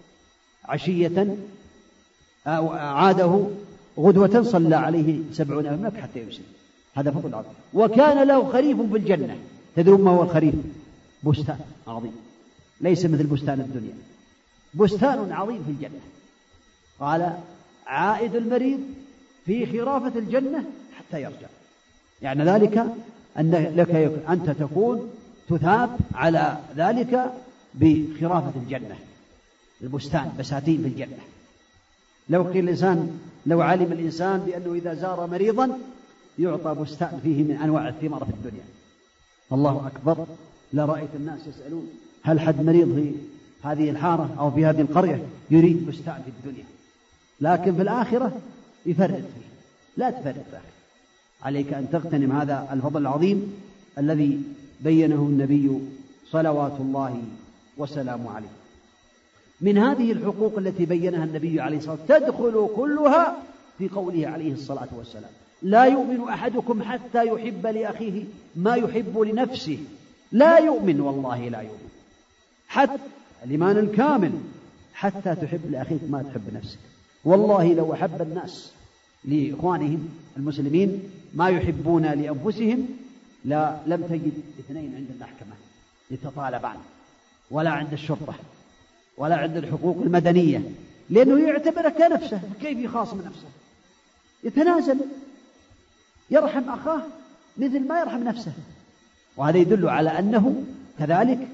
عشية أو عاده غدوة صلى عليه سبعون ألفا حتى يمسي. هذا فضل عظيم. وكان له خريف في الجنة. تدرون ما هو الخريف؟ بستان عظيم، ليس مثل بستان الدنيا، بستان عظيم في الجنة. قال عائد المريض في خرافة الجنة حتى يرجع. يعني ذلك أن لك أنت تكون تثاب على ذلك بخرافة الجنة، البستان، بساتين في الجنة. لو قيل الإنسان، لو علم الإنسان بأنه إذا زار مريضا يعطى بستان فيه من أنواع الثمار في الدنيا، الله أكبر، لرأيت الناس يسألون هل حد مريض في هذه الحارة أو في هذه القرية يريد بستان في الدنيا، لكن في الآخرة يفرد فيه. لا تفرد فيه، عليك أن تغتنم هذا الفضل العظيم الذي بينه النبي صلوات الله وسلامه عليه. من هذه الحقوق التي بينها النبي عليه الصلاة والسلام تدخل كلها في قوله عليه الصلاة والسلام لا يؤمن أحدكم حتى يحب لأخيه ما يحب لنفسه. لا يؤمن، والله لا يؤمن، حتى الإيمان الكامل حتى تحب لأخيك ما تحب نفسك. والله لو أحب الناس لإخوانهم المسلمين ما يحبون لأنفسهم لا لم تجد اثنين عند المحكمة يتطالبان، ولا عند الشرطة، ولا عند الحقوق المدنية، لأنه يعتبرك نفسه. كيف يخاصم نفسه؟ يتنازل، يرحم أخاه مثل ما يرحم نفسه. وهذا يدل على أنه كذلك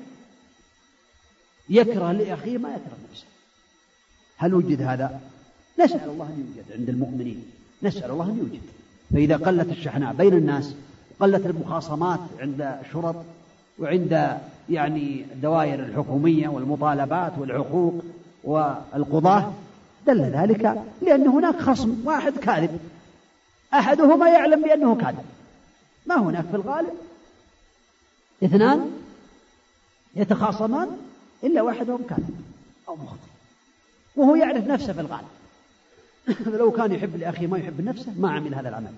يكره لأخيه ما يكره نفسه. هل وجد هذا؟ نسأل الله أن يوجد عند المؤمنين، نسأل الله أن يوجد. فإذا قلت الشحناء بين الناس وقلت المخاصمات عند الشرط وعند يعني الدوائر الحكومية والمطالبات والحقوق والقضاة، دل ذلك لأن هناك خصم واحد كاذب، أحدهما يعلم بأنه كاذب، ما هناك في الغالب اثنان يتخاصمان إلا واحدهم كاذب أو مخطئ، وهو يعرف نفسه في الغالب. لو كان يحب لأخيه ما يحب نفسه ما عمل هذا العمل.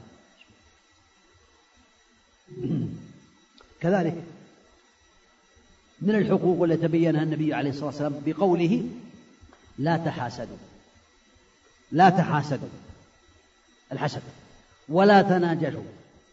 كذلك من الحقوق التي تبينها النبي عليه الصلاة والسلام بقوله لا تحاسدوا، لا تحاسدوا الحسد، ولا تناجشوا.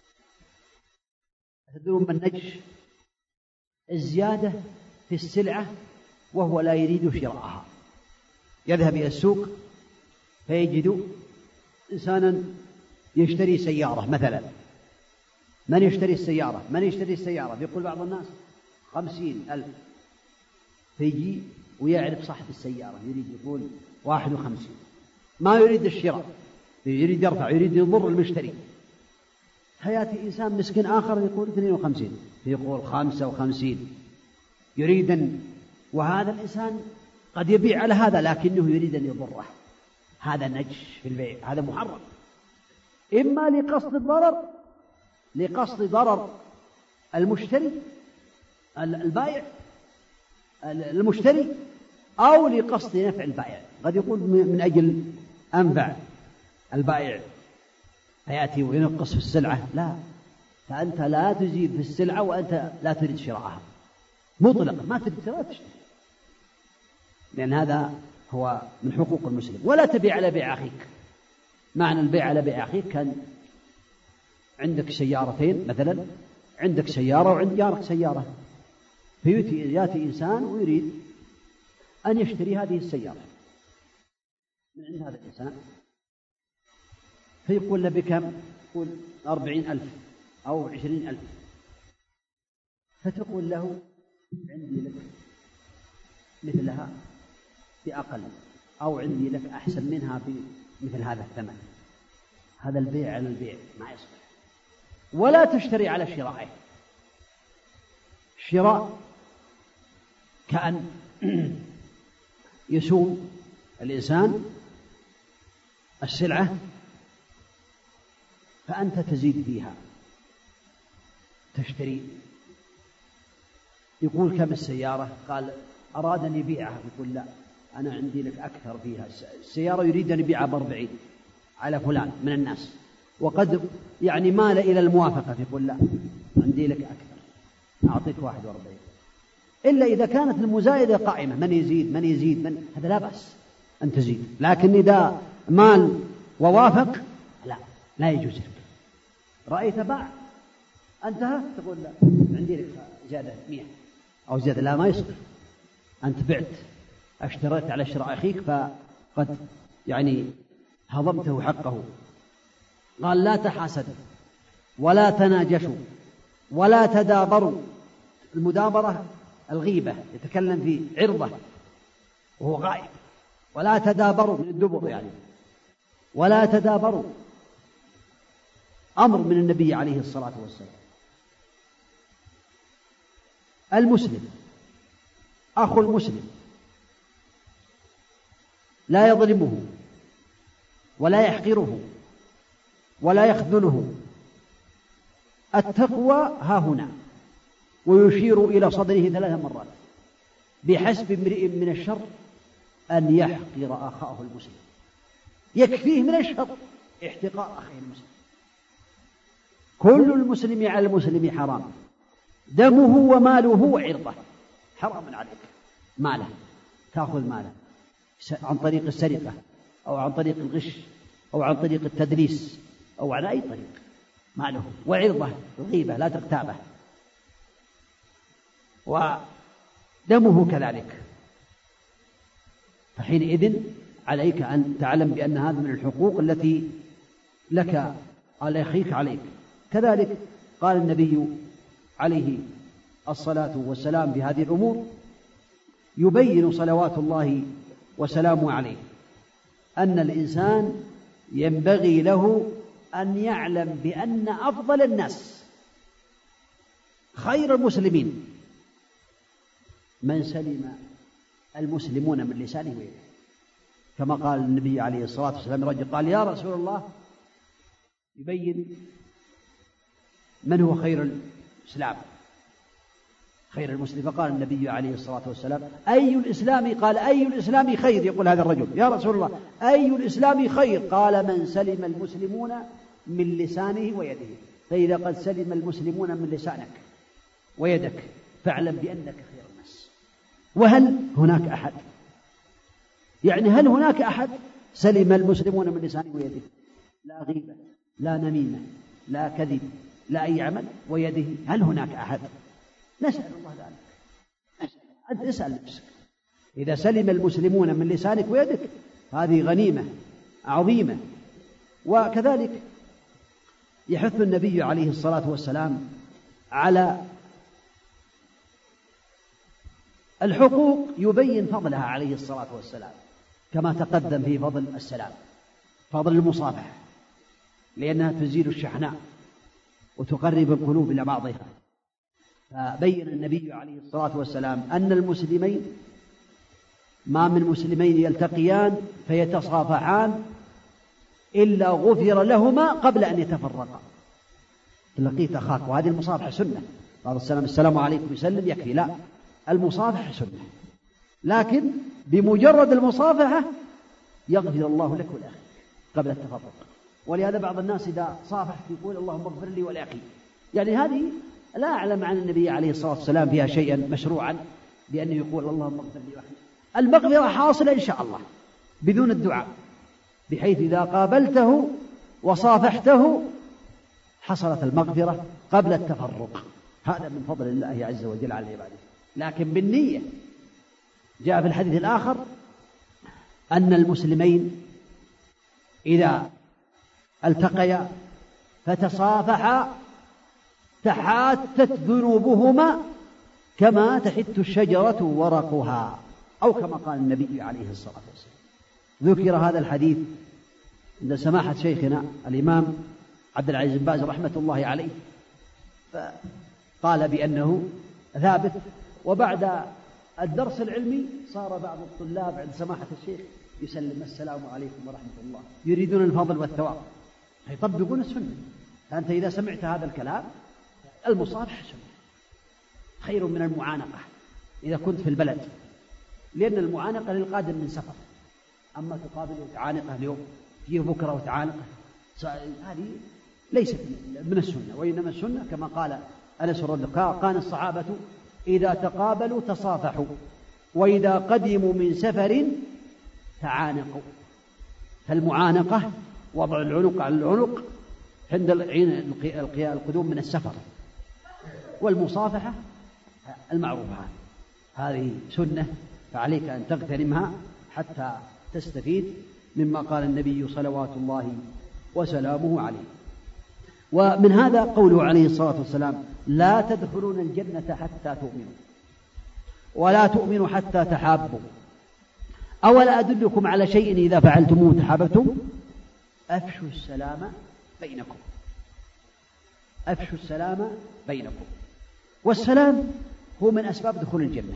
تدرون من النجش؟ الزيادة في السلعة وهو لا يريد شراءها، يذهب إلى السوق فيجد إنسانا يشتري سيارة مثلا، من يشتري السيارة؟ من يشتري السيارة؟ يقول بعض الناس خمسين ألف، فيجي ويعرف صاحب السيارة يريد يقول واحد وخمسين، ما يريد الشراء، يريد يرفع، يريد يضر المشتري. فيأتي إنسان مسكين آخر يقول اثنين وخمسين، يقول خمسة وخمسين، يريد أن، وهذا الإنسان قد يبيع على هذا لكنه يريد أن يضره. هذا نجش في البيع، هذا محرم، إما لقصد الضرر، لقصد ضرر المشتري البائع المشتري، أو لقصد نفع البائع. قد يقول من أجل أنفع البائع فيأتي وينقص في السلعة، لا، فأنت لا تزيد في السلعة وأنت لا تريد شراءها مطلقا، ما تريد لا تشتري، لأن هذا هو من حقوق المسلم. ولا تبيع على بيع أخيك. معنى البيع على بيع أخيك كان عندك سيارتين مثلا، عندك سيارة وعند جارك سيارة، فيأتي يأتي إنسان ويريد أن يشتري هذه السيارة من عند هذا الإنسان، فيقول له بكم؟ يقول أربعين ألف أو عشرين ألف، فتقول له عندي لك مثلها بأقل، أو عندي لك أحسن منها بمثل هذا الثمن. هذا البيع على البيع ما يصلح. ولا تشتري على شرائه. شراء كأن يسوم الإنسان السلعة فأنت تزيد فيها، تشتري، يقول كم السيارة؟ قال أراد أن يبيعها، يقول لا أنا عندي لك أكثر فيها. السيارة يريد أن يبيعها بأربعين على فلان من الناس، وقد يعني مال إلى الموافقة، يقول لا عندي لك أكثر، أعطيك واحد وأربعين. إلا إذا كانت المزايدة قائمة، من يزيد من يزيد من هذا لا بأس أن تزيد، لكن إذا مال ووافق لا لا يجوز لك. رأيت باع انتهى تقول لا عندي لك زيادة مئة أو زيادة، لا ما يصير. أنت بعت اشتريت على شراء أخيك فقد يعني هضمته حقه. قال لا تحاسدوا ولا تناجشوا ولا تدابروا. المدابرة الغيبة، يتكلم في عرضه وهو غائب. ولا تدابروا من الدبر يعني، ولا تدابروا أمر من النبي عليه الصلاة والسلام. المسلم أخو المسلم لا يظلمه ولا يحقره ولا يخذله. التقوى ها هنا، ويشير إلى صدره ثلاث مرات. بحسب امرئ من الشر أن يحقر أخاه المسلم، يكفيه من الشر احتقار أخيه المسلم. كل المسلم على المسلم حرام، دمه وماله وعرضه حرام عليك. ماله تأخذ ماله عن طريق السرقة أو عن طريق الغش أو عن طريق التدليس أو على أي طريق، ماله وعرضه الغيبة لا تغتابه، ودمه كذلك. فحينئذ عليك أن تعلم بأن هذا من الحقوق التي لك على أخيك عليك. كذلك قال النبي عليه الصلاة والسلام بهذه الأمور يبين صلوات الله وسلامه عليه أن الإنسان ينبغي له أن يعلم بأن أفضل الناس خير المسلمين من سلم المسلمون من لسانه ويده، كما قال النبي عليه الصلاة والسلام رجل قال يا رسول الله يبين من هو خير الإسلام خير المسلم، فقال النبي عليه الصلاة والسلام أي الإسلام؟ قال أي الإسلام خير؟ يقول هذا الرجل يا رسول الله أي الإسلام خير؟ قال من سلم المسلمون من لسانه ويده، فإذا قد سلم المسلمون من لسانك ويدك فاعلم بأنك خير الناس. وهل هناك أحد يعني هل هناك أحد سلم المسلمون من لسانه ويده؟ لا غيبة لا نميمة لا كذب لا أي عمل ويده، هل هناك أحد؟ نسأل الله ذلك. نسأل. أنت اسأل نفسك إذا سلم المسلمون من لسانك ويدك هذه غنيمة عظيمة. وكذلك يحث النبي عليه الصلاة والسلام على الحقوق، يبين فضلها عليه الصلاة والسلام كما تقدم في فضل السلام، فضل المصافحة لأنها تزيل الشحناء وتقرب القلوب إلى بعضها. فبين النبي عليه الصلاة والسلام أن المسلمين ما من مسلمين يلتقيان فيتصافحان إلا غفر لهما قبل أن يتفرقا. لقيت أخاك، وهذه المصافحة سنة، قال السلام السلام عليكم يسلم يكفي، لا المصافحة سنة، لكن بمجرد المصافحة يغفر الله لك ولأخيك قبل التفرق. ولهذا بعض الناس إذا صافح يقول اللهم اغفر لي ولأخي، يعني هذه لا أعلم عن النبي عليه الصلاة والسلام فيها شيئا مشروعا بأنه يقول اللهم اغفر لي وأخي. المغفرة حاصلة إن شاء الله بدون الدعاء، بحيث إذا قابلته وصافحته حصلت المغفرة قبل التفرق. هذا من فضل الله عز وجل على عباده، لكن بالنية. جاء في الحديث الآخر أن المسلمين إذا التقيا فتصافحا تحاتت ذنوبهما كما تحت الشجرة ورقها، أو كما قال النبي عليه الصلاة والسلام. ذكر هذا الحديث عند سماحة شيخنا الإمام عبد العزيز بن باز رحمة الله عليه، فقال بأنه ثابت. وبعد الدرس العلمي صار بعض الطلاب عند سماحة الشيخ يسلم السلام عليكم ورحمة الله، يريدون الفضل والثواب، يطبقون السنة. فأنت إذا سمعت هذا الكلام المصافحة سنة خير من المعانقة إذا كنت في البلد، لأن المعانقة للقادم من سفر، أما تقابله وتعانقه اليوم تجيه بكرة وتعانقه، هذه ليست من السنة. وإنما السنة كما قال أنس رضي الله عنه كان الصحابة إذا تقابلوا تصافحوا وإذا قدموا من سفر تعانقوا. فالمعانقة وضع العنق على العنق عند القدوم من السفر، والمصافحة المعروفة هذه سنة، فعليك أن تغتنمها حتى تستفيد مما قال النبي صلوات الله وسلامه عليه. ومن هذا قوله عليه الصلاة والسلام لا تدخلون الجنة حتى تؤمنوا ولا تؤمنوا حتى تحابوا، أولا أدلكم على شيء إذا فعلتموه تحاببتم؟ أفشوا السلام بينكم، أفشوا السلام بينكم. والسلام هو من أسباب دخول الجنة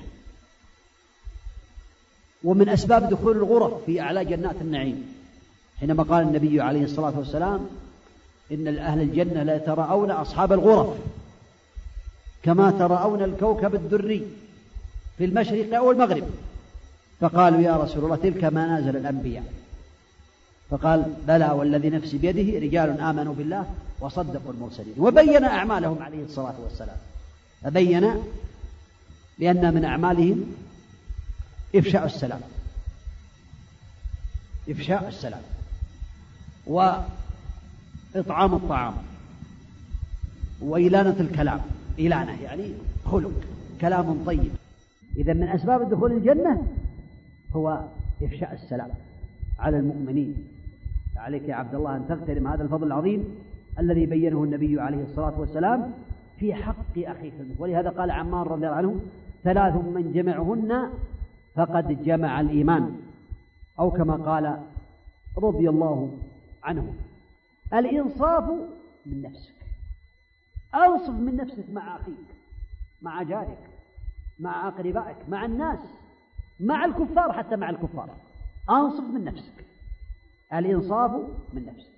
ومن أسباب دخول الغرف في أعلى جنات النعيم، حينما قال النبي عليه الصلاة والسلام إن أهل الجنة لا يتراءون أصحاب الغرف كما تراءون الكوكب الدري في المشرق أو المغرب. فقالوا يا رسول الله تلك منازل الأنبياء، فقال بلى والذي نفسي بيده رجال آمنوا بالله وصدقوا المرسلين. وبين أعمالهم عليه الصلاة والسلام، فبين لأن من أعمالهم إفشاء السلام، إفشاء السلام وإطعام الطعام وإلانة الكلام، إلانة يعني خلق كلام طيب. إذا من أسباب دخول الجنة هو إفشاء السلام على المؤمنين. عليك يا عبد الله أن تغتنم هذا الفضل العظيم الذي بينه النبي عليه الصلاة والسلام في حق أخيك المسلم. ولهذا قال عمار رضي الله عنه: ثلاث من جمعهن فقد جمع الإيمان، أو كما قال رضي الله عنه: الإنصاف من نفسك، أنصف من نفسك مع أخيك، مع جارك، مع أقربائك، مع الناس، مع الكفار، حتى مع الكفار أنصف من نفسك. الإنصاف من نفسك.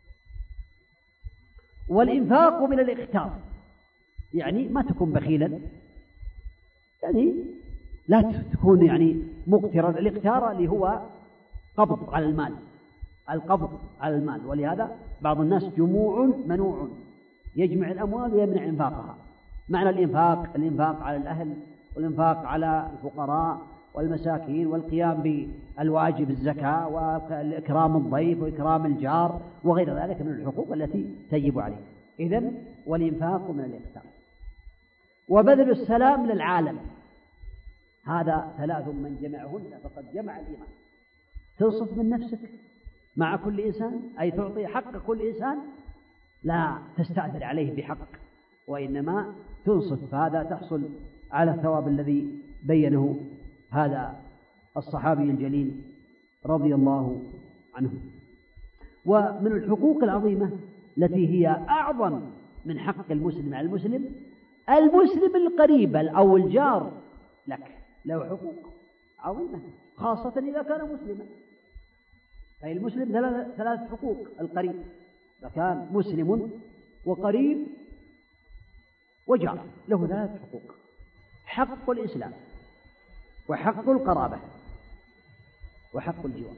والإنفاق من الإختار، يعني ما تكون بخيلا، يعني لا تكون يعني مقترا. الإختار اللي هو قبض على المال، القبض على المال. ولهذا بعض الناس جموع منوع، يجمع الأموال ويمنع إنفاقها. معنى الإنفاق: الإنفاق على الأهل، والإنفاق على الفقراء والمساكين، والقيام بالواجب الزكاة، وإكرام الضيف، وإكرام الجار، وغير ذلك من الحقوق التي تجب عليه. إذن والإنفاق من الإختار. وبذل السلام للعالم، هذا ثلاث من جمعهن فقد جمع الإيمان. تنصف من نفسك مع كل إنسان، أي تعطي حق كل إنسان، لا تستأثر عليه بحق، وإنما تنصف، فهذا تحصل على الثواب الذي بينه هذا الصحابي الجليل رضي الله عنه. ومن الحقوق العظيمة التي هي أعظم من حق المسلم على المسلم: المسلم القريب أو الجار لك له حقوق عظيمة، خاصة إذا كان مسلما. أي المسلم ثلاث حقوق: القريب إذا كان مسلم، وقريب، وجار، له ثلاث حقوق: حق الإسلام، وحق القرابة، وحق الجوار.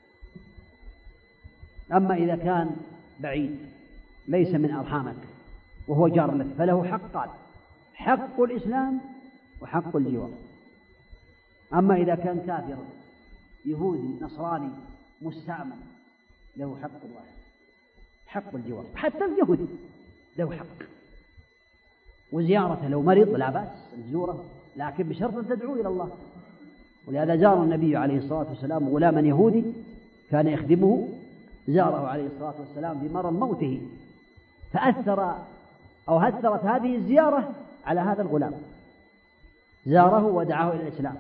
أما إذا كان بعيد ليس من أرحامك وهو جار لك فله حقان: حق الإسلام وحق الجوار. أما إذا كان كافر يهودي نصراني مستعمل له حق واحد: حق الجوار. حتى اليهودي له حق، وزيارته لو مرض لا بأس نزوره، لكن بشرط أن تدعو إلى الله. ولهذا زار النبي عليه الصلاة والسلام غلاما يهودي كان يخدمه، زاره عليه الصلاة والسلام في مرض موته، فأثر أو أثرت هذه الزيارة على هذا الغلام، زاره ودعاه إلى الإسلام،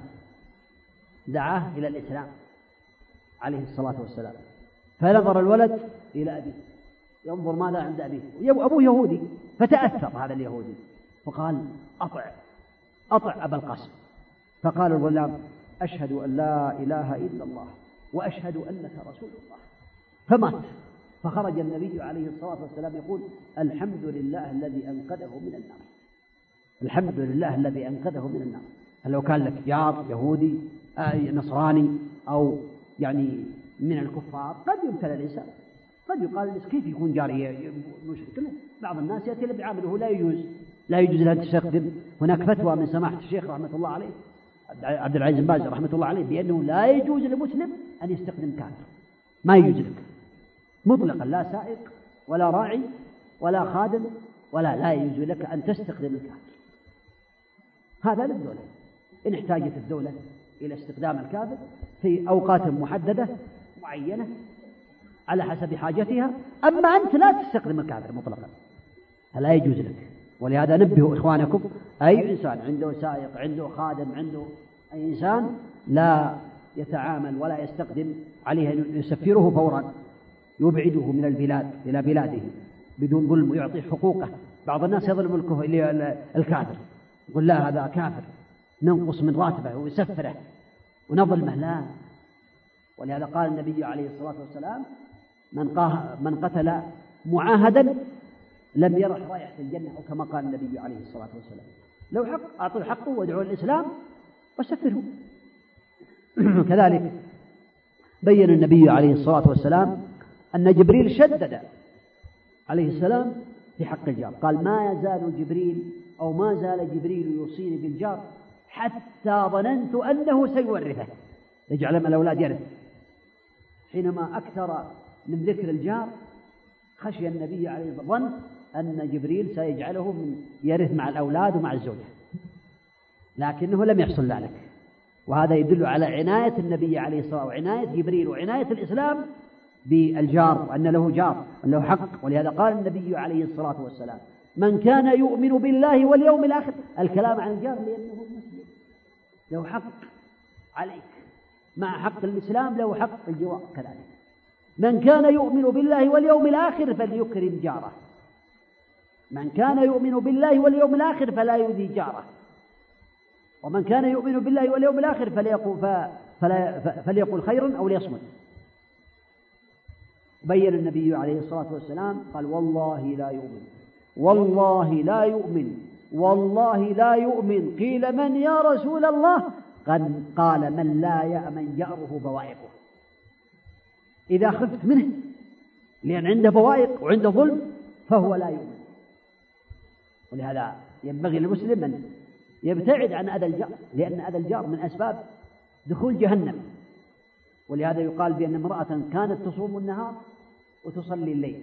دعاه إلى الإسلام عليه الصلاة والسلام. فنظر الولد إلى أبيه ينظر ماذا عند أبيه، أبوه يهودي، فتأثر هذا اليهودي فقال: أطع أطع أبا القاسم. فقال الغلام: أشهد أن لا إله إلا الله وأشهد أنك رسول الله. فمات. فخرج النبي عليه الصلاة والسلام يقول: الحمد لله الذي أنقذه من النار، الحمد لله الذي أنقذه من النار. هل لو كان لك جار يهودي نصراني أو يعني من الكفار قد يبتلى الإنسان، قد يقال كيف يكون جاري مشرك. بعض الناس يأتي بعمله لا يجوز لا يجوز له أن تستخدم. هناك فتوى من سماحة الشيخ رحمة الله عليه عبد العزيز بن باز رحمة الله عليه بأنه لا يجوز للمسلم أن يستخدم كافر، ما يجوز لك مطلقا، لا سائق ولا راعي ولا خادم ولا لا يجوز لك أن تستخدم الكافر. هذا للدولة، إن احتاجت الدولة إلى استخدام الكافر في أوقات محددة معينة على حسب حاجتها، أما أنت لا تستخدم الكافر مطلقا، فلا يجوز لك. ولهذا نبهوا إخوانكم: أي إنسان عنده سائق، عنده خادم، عنده أي إنسان لا يتعامل ولا يستخدم، عليه أن يسفره فورا، يبعده من البلاد إلى بلاده بدون ظلم ويعطيه حقوقه. بعض الناس يظلم الكافر، يقول: لا هذا كافر، ننقص من راتبه ويسفره ونظلمه. لا. ولهذا قال النبي عليه الصلاة والسلام: من, من قتل معاهدا لم يرح رائحة الجنة، أو كما قال النبي عليه الصلاة والسلام. لو حق أعطوا حقه وادعوا الإسلام وسفره. كذلك بين النبي عليه الصلاة والسلام أن جبريل شدد عليه السلام في حق الجار، قال: ما يزال جبريل أو ما زال جبريل يوصيني بالجار حتى ظننت أنه سيورثه، يجعل من الأولاد يرث. حينما أكثر من ذكر الجار خشي النبي عليه الظن أن جبريل سيجعله من يرث مع الأولاد ومع الزوجة، لكنه لم يحصل ذلك. وهذا يدل على عناية النبي عليه الصلاة والسلام وعناية جبريل وعناية بالجار، وأن له جار، أن له حق. ولهذا قال النبي عليه الصلاة والسلام: من كان يؤمن بالله واليوم الآخر. الكلام عن الجار لأنه مسلم له حق عليك، مع حق الإسلام له حق الجوار كذلك. من كان يؤمن بالله واليوم الآخر فليكرم جاره، من كان يؤمن بالله واليوم الآخر فلا يؤذي جاره، ومن كان يؤمن بالله واليوم الآخر فليقل, فلا فليقل خيرا أو ليصمت. بين النبي عليه الصلاة والسلام قال والله لا يؤمن، والله لا يؤمن، والله لا يؤمن. قيل من يا رسول الله؟ قال من لا يأمن جاره بوائقه. إذا خفت منه لأن عنده بوائق وعنده ظلم فهو لا يؤمن. ولهذا ينبغي للمسلم أن يبتعد عن أذى الجار، لأن أذى الجار من أسباب دخول جهنم. ولهذا يقال بأن امرأة كانت تصوم النهار وتصلي الليل،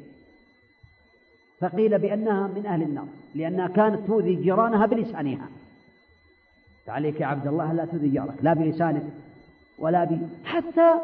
فقيل بأنها من أهل النار لأنها كانت تؤذي جيرانها بلسانها. فعليك يا عبد الله لا تؤذي جارك لا بلسانك ولا ب حتى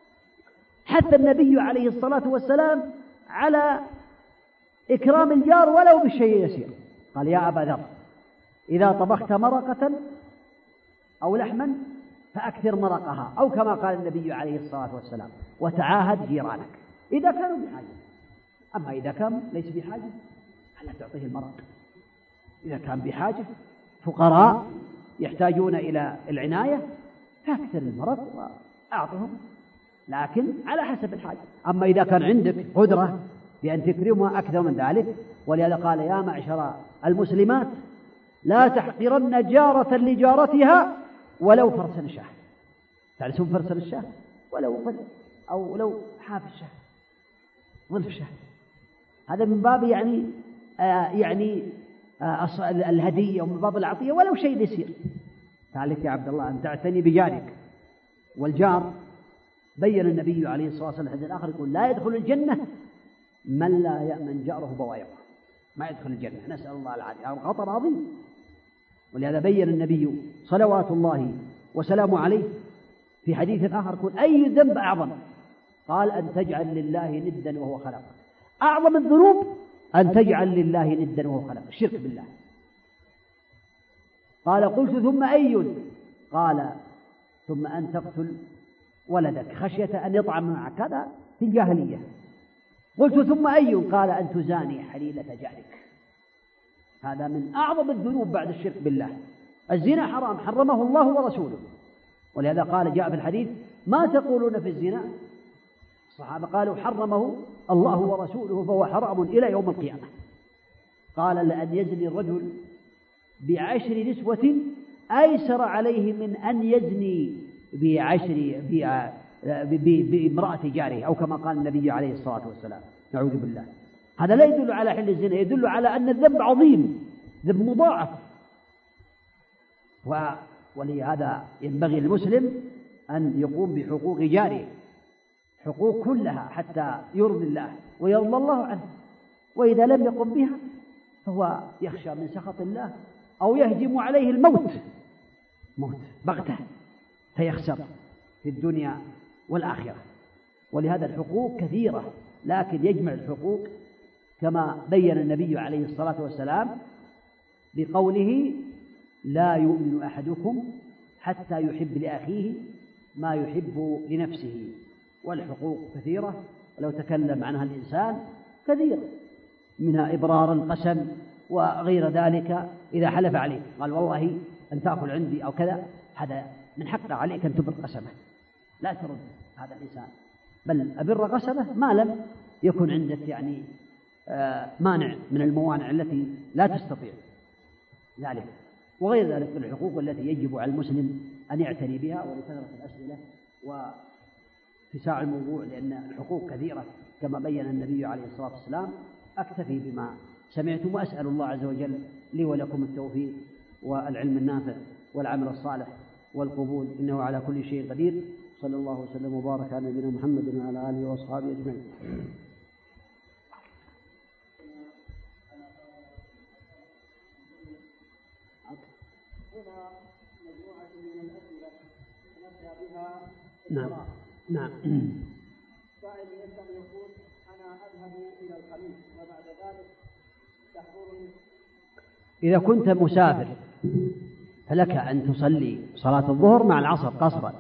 حتى النبي عليه الصلاة والسلام على إكرام الجار ولو بالشيء يسير. قال يا أبا ذر إذا طبخت مرقة أو لحما فأكثر مرقها، أو كما قال النبي عليه الصلاة والسلام وتعاهد جيرانك إذا كانوا بحاجة. أما إذا كان ليس بحاجة فلا تعطيه المرق. إذا كان بحاجة فقراء يحتاجون إلى العناية فأكثر المرق وأعطهم، لكن على حسب الحاجة. أما إذا كان عندك قدرة بأن تكرمها أكثر من ذلك. ولهذا قال يا معشر المسلمات لا تحقرن جارة لجارتها ولو فرس الشاه. تعرفون فرس الشاه؟ ولو ظل أو لو حاف الشاه، ظلف الشاه، هذا من باب يعني آه يعني آه الهدية ومن باب العطية ولو شيء يسير. فعليك يا عبد الله أن تعتني بجارك. والجار بين النبي عليه الصلاة والسلام الحديث الآخر يقول لا يدخل الجنة من لا يأمن جاره بوائقه. ما يدخل الجنة، نسأل الله العافية، خطر عظيم. ولهذا بين النبي صلوات الله وسلامه عليه في حديث آخر يقول أي ذنب أعظم؟ قال أن تجعل لله ندا وهو خلقك. أعظم الذنوب أن تجعل لله ندا وهو خلقك، الشرك بالله. قال قلت ثم أي؟ قال ثم أن تقتل ولدك خشية أن يطعم معك، هذا في الجاهلية. قلت ثم أي؟ قال أن تزاني حليلة جارك. هذا من أعظم الذنوب بعد الشرك بالله. الزنا حرام حرمه الله ورسوله. ولهذا قال جاء في الحديث ما تقولون في الزنا؟ الصحابة قالوا حرمه الله ورسوله فهو حرام إلى يوم القيامة. قال لأن يزني الرجل بعشر نسوة أيسر عليه من أن يزني بعشر بامرأة جاره، أو كما قال النبي عليه الصلاة والسلام. نعوذ بالله. هذا لا يدل على حل الزنا، يدل على أن الذنب عظيم، ذنب مضاعف. ولهذا ينبغي المسلم أن يقوم بحقوق جاره، حقوق كلها حتى يرضي الله ويرضى الله عنه. وإذا لم يقم بها فهو يخشى من سخط الله أو يهجم عليه الموت، موت بغتة، فيخسر في الدنيا والآخرة. ولهذا الحقوق كثيرة، لكن يجمع الحقوق كما بين النبي عليه الصلاة والسلام بقوله لا يؤمن أحدكم حتى يحب لأخيه ما يحب لنفسه. والحقوق كثيرة ولو تكلم عنها الإنسان كثير، منها إبرار القسم وغير ذلك. إذا حلف عليك قال والله أن تأكل عندي أو كذا، هذا من حقه عليك أن تبر قسمه، لا ترد هذا الإنسان، بل أبر قسمه ما لم يكن عندك يعني مانع من الموانع التي لا تستطيع ذلك. وغير ذلك من الحقوق التي يجب على المسلم أن يعتني بها. ولكثرة الأسئلة واتساع الموضوع لأن الحقوق كثيرة كما بين النبي عليه الصلاة والسلام، أكتفي بما سمعتم، وأسأل الله عز وجل لي ولكم التوفيق والعلم النافع والعمل الصالح والقبول، إنه على كل شيء قدير. صلى الله وسلم وبارك على نبينا محمد وعلى آله وأصحابه أجمعين. هنا مجموعة من الأسئلة نبدأ بها. نعم نعم. سائل يسأل يقول أنا أذهب إلى الخميس وبعد ذلك إذا كنت مسافر فلك أن تصلي صلاة الظهر مع العصر قصرا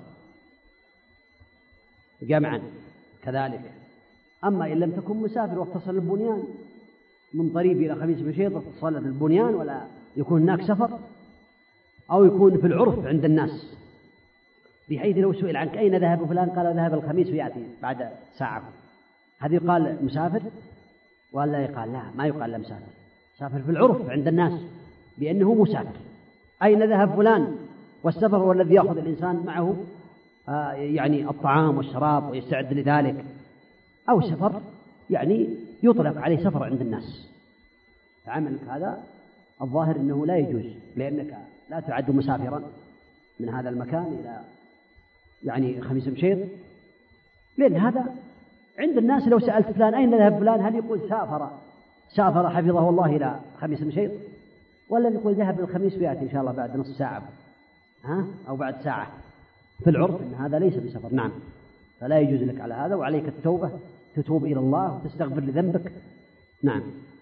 جمعا كذلك. أما إن لم تكن مسافر واتصل البنيان من طريق إلى خميس مشيط تصلي في البنيان ولا يكون هناك سفر، أو يكون في العرف عند الناس بحيث لو سئل عنك أين ذهب فلان قال ذهب الخميس ويأتي بعد ساعة، هذا يقال مسافر ولا يقال لا؟ ما يقال لا مسافر، مسافر في العرف عند الناس بأنه مسافر. أين ذهب فلان؟ والسفر هو الذي يأخذ الإنسان معه آه يعني الطعام والشراب ويستعد لذلك، أو سفر يعني يطلق عليه سفر عند الناس. فعملك هذا الظاهر أنه لا يجوز، لأنك لا تعد مسافرا من هذا المكان إلى يعني خميس مشيط، لأن هذا عند الناس لو سألت فلان أين ذهب فلان هل يقول سافر سافر حفظه الله إلى خميس مشيط، ولا يقول ذهب الخميس ويأتي إن شاء الله بعد نصف ساعة ها أو بعد ساعة؟ في العرف إن هذا ليس بسفر. نعم، فلا يجوز لك على هذا، وعليك التوبة، تتوب إلى الله وتستغفر لذنبك. نعم.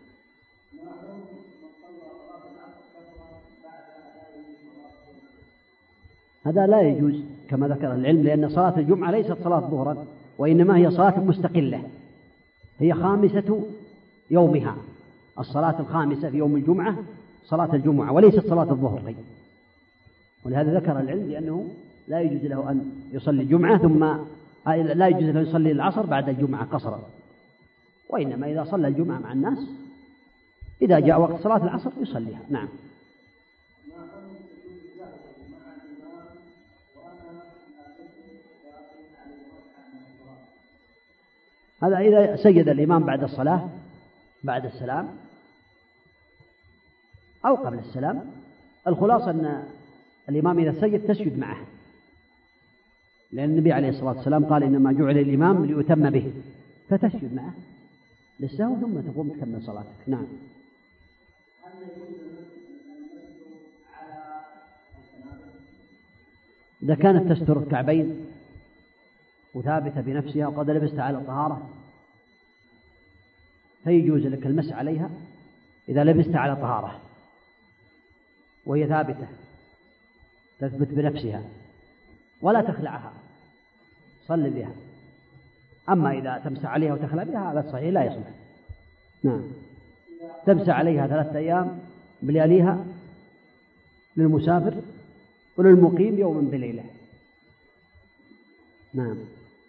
هذا لا يجوز كما ذكر العلم، لأن صلاة الجمعة ليست صلاة ظهرا، وإنما هي صلاة مستقلة، هي خامسة يومها، الصلاة الخامسة في يوم الجمعة صلاة الجمعة وليست صلاة الظهر. ولهذا ذكر العلم لأنه لا يجوز له أن يصلي الجمعة ثم لا يجوز له أن يصلي العصر بعد الجمعة قصرا، وإنما إذا صلى الجمعة مع الناس إذا جاء وقت صلاة العصر يصليها. نعم. هذا إذا سجد الإمام بعد الصلاة بعد السلام أو قبل السلام. الخلاصة أن الإمام إذا سجد تسجد معه، لأن النبي عليه الصلاة والسلام قال إنما جعل الإمام ليؤتم به، فتسجد معه للسهو ثم تقوم تكمل صلاتك. نعم. إذا كانت تستر الكعبين وثابتة بنفسها وقد لبست على طهارة فيجوز لك المس عليها إذا لبست على طهارة وهي ثابتة تثبت بنفسها ولا تخلعها، صل بها. أما إذا تمسح عليها وتخلع بها هذا صحيح لا يصلح. نعم. تمسح عليها ثلاثة أيام بلياليها للمسافر وللمقيم يوما بليلة. نعم.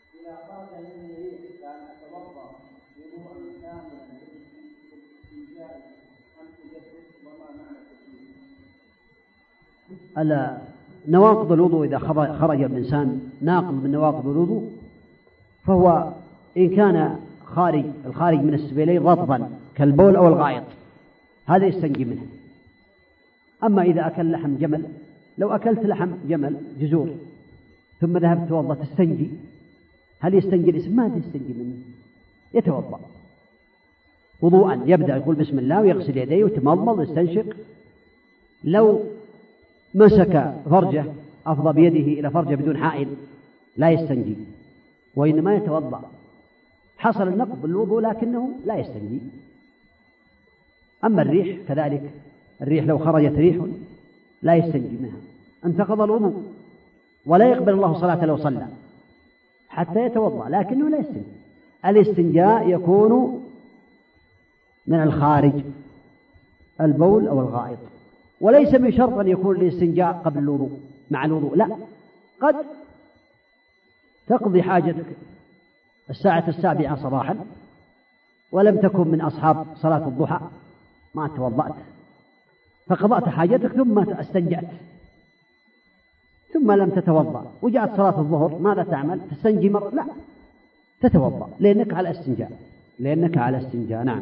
ألا نواقض الوضوء إذا خرج الإنسان ناقض من نواقض الوضوء فهو إن كان خارج الخارج من السبيلين رطبا كالبول أو الغائط هذا يستنجي منه. أما إذا أكل لحم جمل، لو أكلت لحم جمل جزور ثم ذهبت توضأ تستنجي، هل يستنجي الإنسان؟ ما يستنجي منه، يتوضأ وضوءا، يبدأ يقول بسم الله ويغسل يديه ويتمضمض ويستنشق. لو مسك فرجه أفضى بيده إلى فرجه بدون حائل لا يستنجي وإنما يتوضأ. حصل النقض بالوضوء لكنه لا يستنجي. أما الريح كذلك، الريح لو خرجت ريح لا يستنجي منها، انتقض الوضوء ولا يقبل الله صلاة لو صلى حتى يتوضأ لكنه لا يستنجي. الاستنجاء يكون من الخارج البول أو الغائط، وليس من شرط أن يكون الاستنجاء قبل الوضوء مع الوضوء، لا، قد تقضي حاجتك الساعة السابعة صباحا ولم تكن من أصحاب صلاة الضحى ما توضأت فقضأت حاجتك ثم استنجأت ثم لم تتوضأ وجاءت صلاة الظهر، ماذا تعمل؟ تستنجي مرة؟ لا، تتوضأ لأنك على استنجاء لأنك على استنجاء. نعم.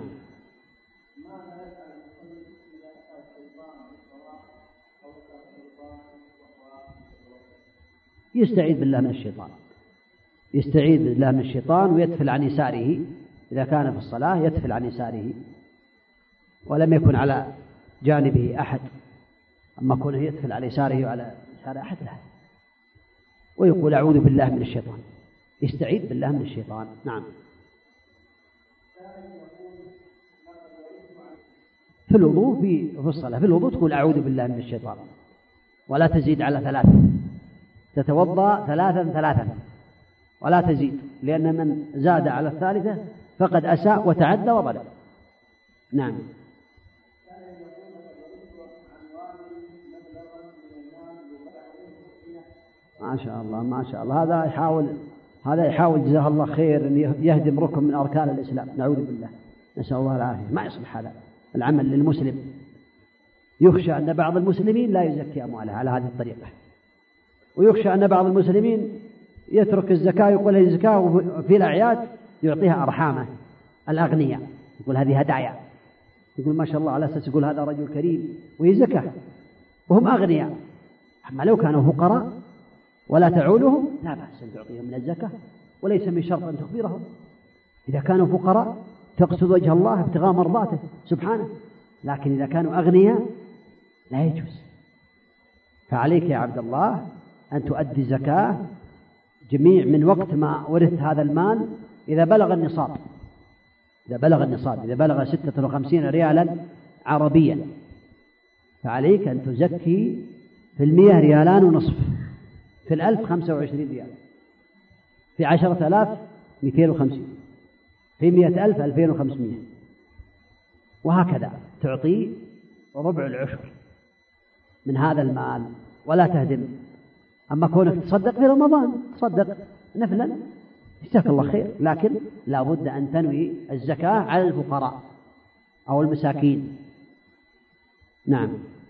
يستعيذ بالله من الشيطان، يستعيذ بالله من الشيطان ويتفل عن يساره إذا كان في الصلاة، يتفل عن يساره ولم يكن على جانبه أحد، أما كونه يتفل على يساره وعلى يسار أحد لا، ويقول أعوذ بالله من الشيطان، يستعيذ بالله من الشيطان. نعم. في الوضوء في في الصلاة في الوضوء تقول أعوذ بالله من الشيطان ولا تزيد على ثلاث، تتوضأ ثلاثا ثلاثا ولا تزيد، لأن من زاد على الثالثة فقد أساء وتعدى وظلم. نعم. ما شاء الله ما شاء الله، هذا يحاول هذا يحاول جزاه الله خير أن يهدم ركن من أركان الإسلام، نعوذ بالله، نسأل الله العافية. ما يصلح هذا العمل للمسلم، يخشى أن بعض المسلمين لا يزكي أمواله على هذه الطريقة، ويخشى أن بعض المسلمين يترك الزكاة يقول هذه الزكاة وفي الأعياد يعطيها أرحامه الأغنياء، يقول هذه هدايا، يقول ما شاء الله على أساس يقول هذا رجل كريم وهي زكاة وهم أغنياء. أما لو كانوا فقراء ولا تعولهم لا بأس أن تعطيهم من الزكاة، وليس من شرط أن تخبرهم. إذا كانوا فقراء تقصد وجه الله ابتغاء مرضاته سبحانه، لكن إذا كانوا أغنياء لا يجوز. فعليك يا عبد الله أن تؤدي زكاة جميع من وقت ما ورث هذا المال إذا بلغ النصاب، إذا بلغ النصاب إذا بلغ ستة وخمسين ريالا عربيا فعليك أن تزكي في المية ريالان ونصف، في الألف خمسة وعشرين ريال، في عشرة آلاف مئتين وخمسين، في مئة ألف ألفين وخمسمائة، وهكذا تعطي ربع العشر من هذا المال ولا تهدم. أما كونك تصدق في رمضان تصدق نفلا جزاك الله خير، لكن لا بد أن تنوي الزكاة على الفقراء أو المساكين. نعم.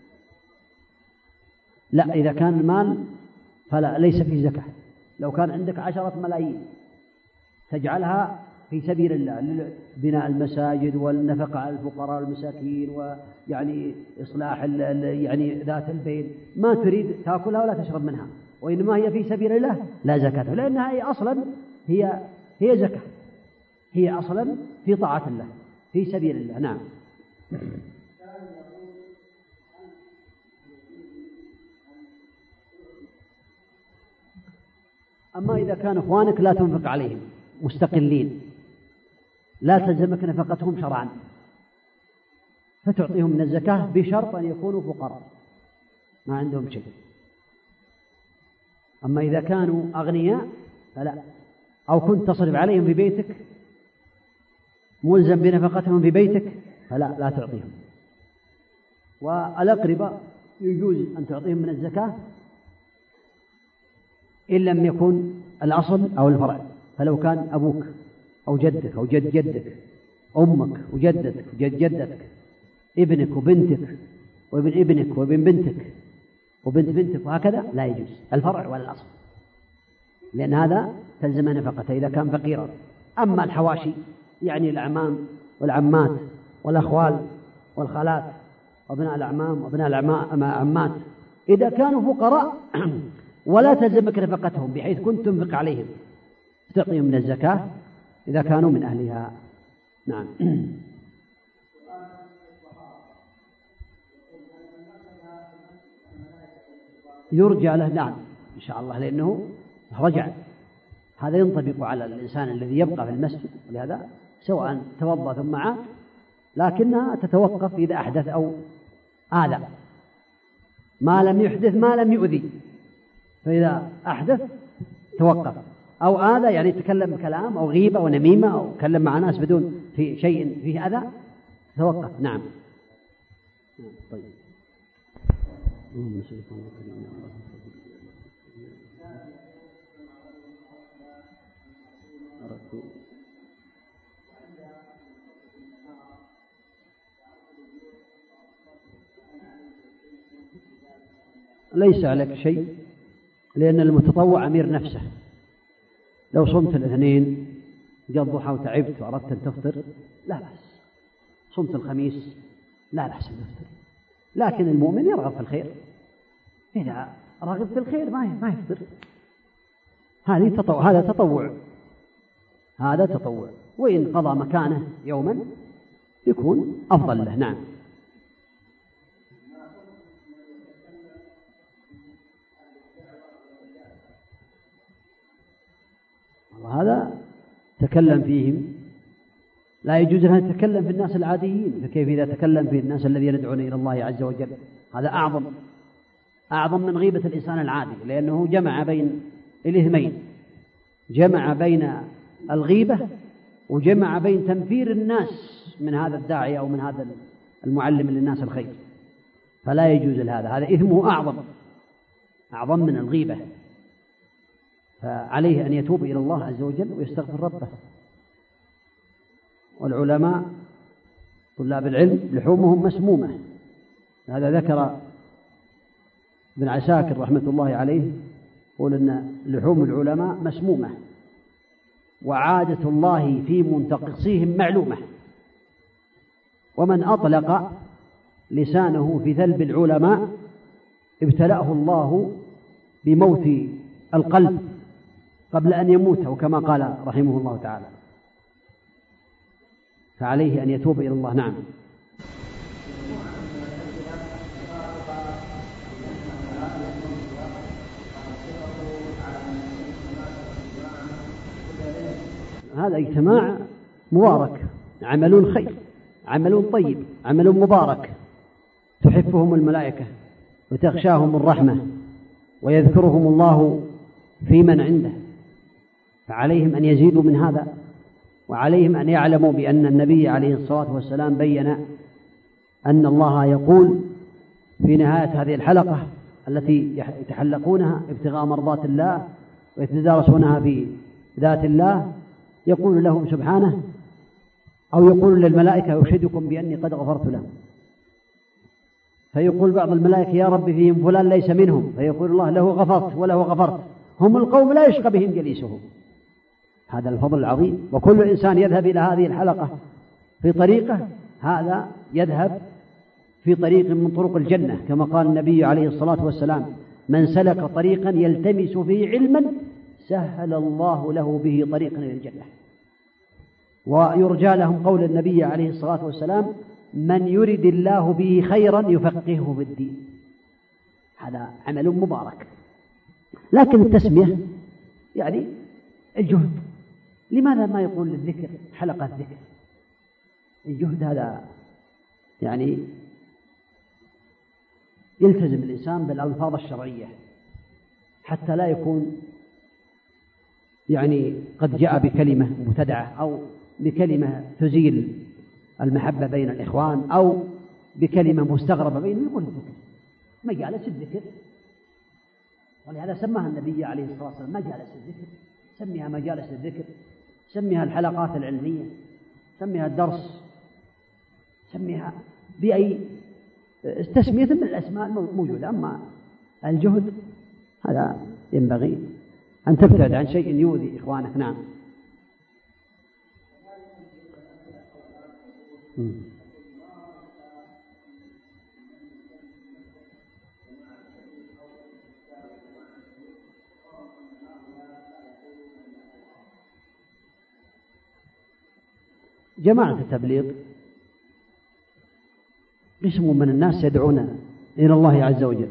لا، إذا كان المال فلا ليس فيه زكاة. لو كان عندك عشرة ملايين تجعلها في سبيل الله لبناء المساجد والنفقة على الفقراء والمساكين ويعني إصلاح يعني ذات البين، ما تريد تأكلها ولا تشرب منها، وإنما هي في سبيل الله لا زكاة، لأنها هي أصلا هي هي زكاة، هي أصلا في طاعة الله في سبيل الله. نعم. أما إذا كان إخوانك لا تنفق عليهم مستقلين لا تلزمك نفقتهم شرعا فتعطيهم من الزكاة بشرط أن يكونوا فقراء ما عندهم شيء. أما إذا كانوا أغنياء فلا، أو كنت تصرف عليهم في بيتك ملزم بنفقتهم في بيتك فلا لا تعطيهم. والأقرباء يجوز أن تعطيهم من الزكاة إن لم يكن الأصل أو الفرع، فلو كان أبوك أو جدك أو جد جدك، أمك وجدتك وجد جدتك، ابنك وبنتك وابن ابنك وابن بنتك وبنت بنتك وهكذا لا يجوز الفرع ولا الأصل، لأن هذا تلزم نفقته إذا كان فقيرا. أما الحواشي يعني الأعمام والعمات والأخوال والخالات وابناء الأعمام وابناء العمات إذا كانوا فقراء ولا تلزمك نفقتهم بحيث كنت تنفق عليهم تعطيهم من الزكاة إذا كانوا من أهلها. نعم. يرجى له نعم إن شاء الله، لأنه رجع، هذا ينطبق على الإنسان الذي يبقى في المسجد، ولهذا سواء توضأ ثم عاد، لكنها تتوقف إذا أحدث أو آذى، ما لم يحدث ما لم يؤذي، فإذا أحدث توقف، أو آذى يعني تكلم بكلام أو غيبة أو نميمة أو تكلم مع ناس بدون في شيء فيه أذى توقف. نعم. طيب. ليس عليك شيء، لأن المتطوع أمير نفسه. لو صمت الاثنين جاء الضحى وتعبت وأردت أن تفطر لا بأس، صمت الخميس لا بأس أن تفطر، لكن المؤمن يرغب في الخير، إذا رغب في الخير ما ما يفطر. هذه تطوع، هذا تطوع، هذا تطوع، وإن قضى مكانه يوما يكون أفضل له. نعم. وهذا تكلم فيهم لا يجوز أن يتكلم في الناس العاديين، فكيف إذا تكلم في الناس الذين يدعون إلى الله عز وجل؟ هذا أعظم أعظم من غيبة الإنسان العادي، لأنه جمع بين الإثمين، جمع بين الغيبة وجمع بين تنفير الناس من هذا الداعي أو من هذا المعلم للناس الخير، فلا يجوز هذا، هذا إثمه أعظم أعظم من الغيبة، فعليه أن يتوب إلى الله عز وجل ويستغفر ربه. والعلماء طلاب العلم لحومهم مسمومة، هذا ذكر ابن عساكر رحمة الله عليه، يقول أن لحوم العلماء مسمومة وعادة الله في منتقصيهم معلومة، ومن أطلق لسانه في ذلب العلماء ابتلأه الله بموت القلب قبل أن يموت، وكما قال رحمه الله تعالى، فعليه أن يتوب إلى الله. نعم. هذا اجتماع مبارك، عمل خير، عمل طيب، عمل مبارك، تحفهم الملائكة وتغشاهم الرحمة ويذكرهم الله في من عنده، فعليهم أن يزيدوا من هذا، وعليهم أن يعلموا بأن النبي عليه الصلاة والسلام بين أن الله يقول في نهاية هذه الحلقة التي يتحلقونها ابتغاء مرضات الله ويتدارسونها في ذات الله، يقول لهم سبحانه أو يقول للملائكة أشهدكم بأني قد غفرت لهم، فيقول بعض الملائكة يا رب فيهم فلان ليس منهم، فيقول الله له غفرت وله غفرت، هم القوم لا يشقى بهم جليسهم. هذا الفضل العظيم، وكل إنسان يذهب إلى هذه الحلقة في طريقه هذا يذهب في طريق من طرق الجنة، كما قال النبي عليه الصلاة والسلام من سلك طريقا يلتمس فيه علما سهل الله له به طريقا إلى الجنة. ويرجى لهم قول النبي عليه الصلاة والسلام من يرد الله به خيرا يفقهه في الدين. هذا عمل مبارك. لكن التسمية يعني الجهد، لماذا ما يقول للذكر حلقة ذكر؟ الجهد هذا يعني يلتزم الإنسان بالألفاظ الشرعية حتى لا يكون يعني قد جاء بكلمة مبتدعة أو بكلمة تزيل المحبة بين الإخوان أو بكلمة مستغربة بين يقول الذكر، مجالس الذكر، ولهذا سماها النبي عليه الصلاة والسلام مجالس الذكر، سميها مجالس الذكر، سميها الحلقات العلمية، سميها الدرس، سميها بأي تسمية من الأسماء الموجودة. أما الجهد هذا ينبغي أن تبتعد عن شيء يؤذي إخوانك. نعم. جماعة التبليغ قسم من الناس يدعون إلى الله عز وجل،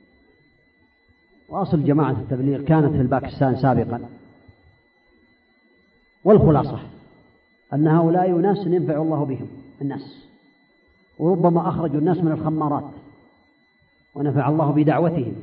وأصل جماعة التبليغ كانت في الباكستان سابقا، والخلاصة أن هؤلاء أناس ينفع الله بهم الناس، وربما أخرجوا الناس من الخمارات ونفع الله بدعوتهم،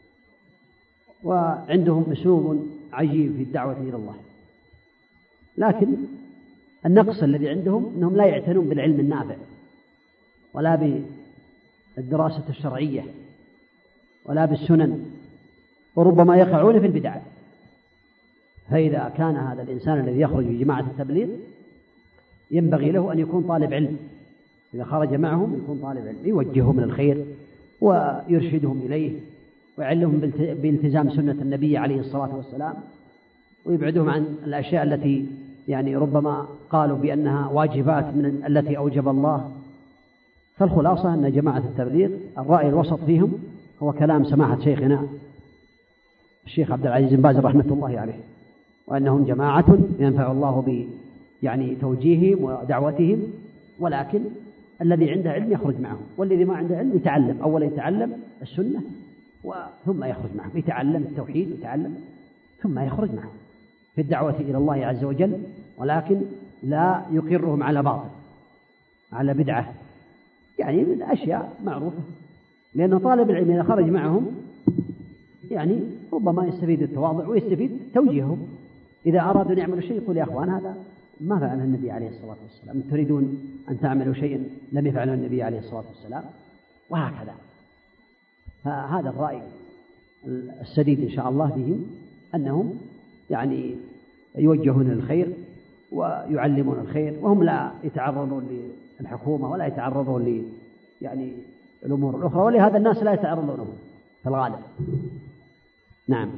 وعندهم أسلوب عجيب في الدعوة إلى الله. لكن النقص الذي عندهم أنهم لا يعتنون بالعلم النافع ولا بالدراسة الشرعية ولا بالسنن، وربما يقعون في البدع. فإذا كان هذا الإنسان الذي يخرج في جماعة التبليغ ينبغي له أن يكون طالب علم، إذا خرج معهم يكون طالب علم يوجههم من الخير ويرشدهم إليه ويعلمهم بالتزام سنة النبي عليه الصلاة والسلام، ويبعدهم عن الأشياء التي يعني ربما قالوا بأنها واجبات من التي أوجب الله. فالخلاصة أن جماعة التبليغ الرأي الوسط فيهم هو كلام سماحة شيخنا الشيخ عبد العزيز بن باز رحمة الله عليه، وأنهم جماعة ينفع الله ب يعني توجيههم ودعوتهم، ولكن الذي عنده علم يخرج معهم، والذي ما عنده علم يتعلم، أولا يتعلم السنة ثم يخرج معهم، يتعلم التوحيد يتعلم ثم يخرج معهم في الدعوة إلى الله عز وجل. ولكن لا يقرهم على باطل، على بدعة، يعني من أشياء معروفة، لأن طالب العلم إذا خرج معهم يعني ربما يستفيد التواضع ويستفيد توجيههم. إذا أرادوا أن يعملوا شيء يقول يا أخوان هذا ما فعله النبي عليه الصلاة والسلام، تريدون أن تعملوا شيئا لم يفعله النبي عليه الصلاة والسلام، وهكذا. فهذا الرأي السديد إن شاء الله بهم، أنهم يعني يوجهون للخير ويعلمون الخير، وهم لا يتعرضون للحكومة ولا يتعرضون ل يعني الأمور الأخرى، ولهذا الناس لا يتعرضون في الغالب. نعم.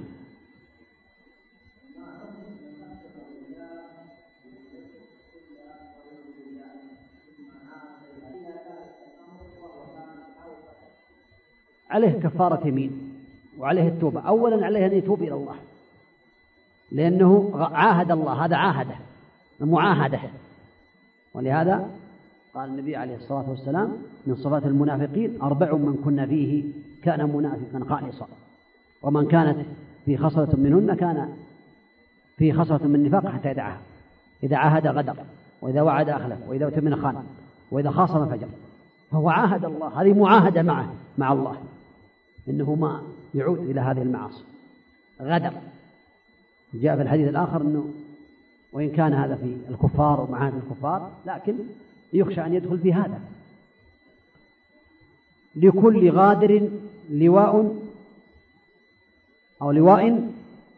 عليه كفارة يمين وعليه التوبة. أولا عليه أن يتوب إلى الله، لأنه عاهد الله، هذا عاهده المعاهدة، ولهذا قال النبي عليه الصلاة والسلام من صفات المنافقين أربع من كنا فيه كان منافقا خالصا، ومن كانت في خصلة منهن كان في خصلة من النفاق حتى يدعها. إذا عاهد غدر، وإذا وعد أخلف، وإذا اؤتمن خان، وإذا خاصم فجر. فهو عاهد الله، هذه معاهدة معه مع الله إنه ما يعود إلى هذه المعاصي. غدر جاء في الحديث الآخر أنه وإن كان هذا في الكفار ومعاهد الكفار، لكن يخشى أن يدخل في هذا. لكل غادر لواء أو لواء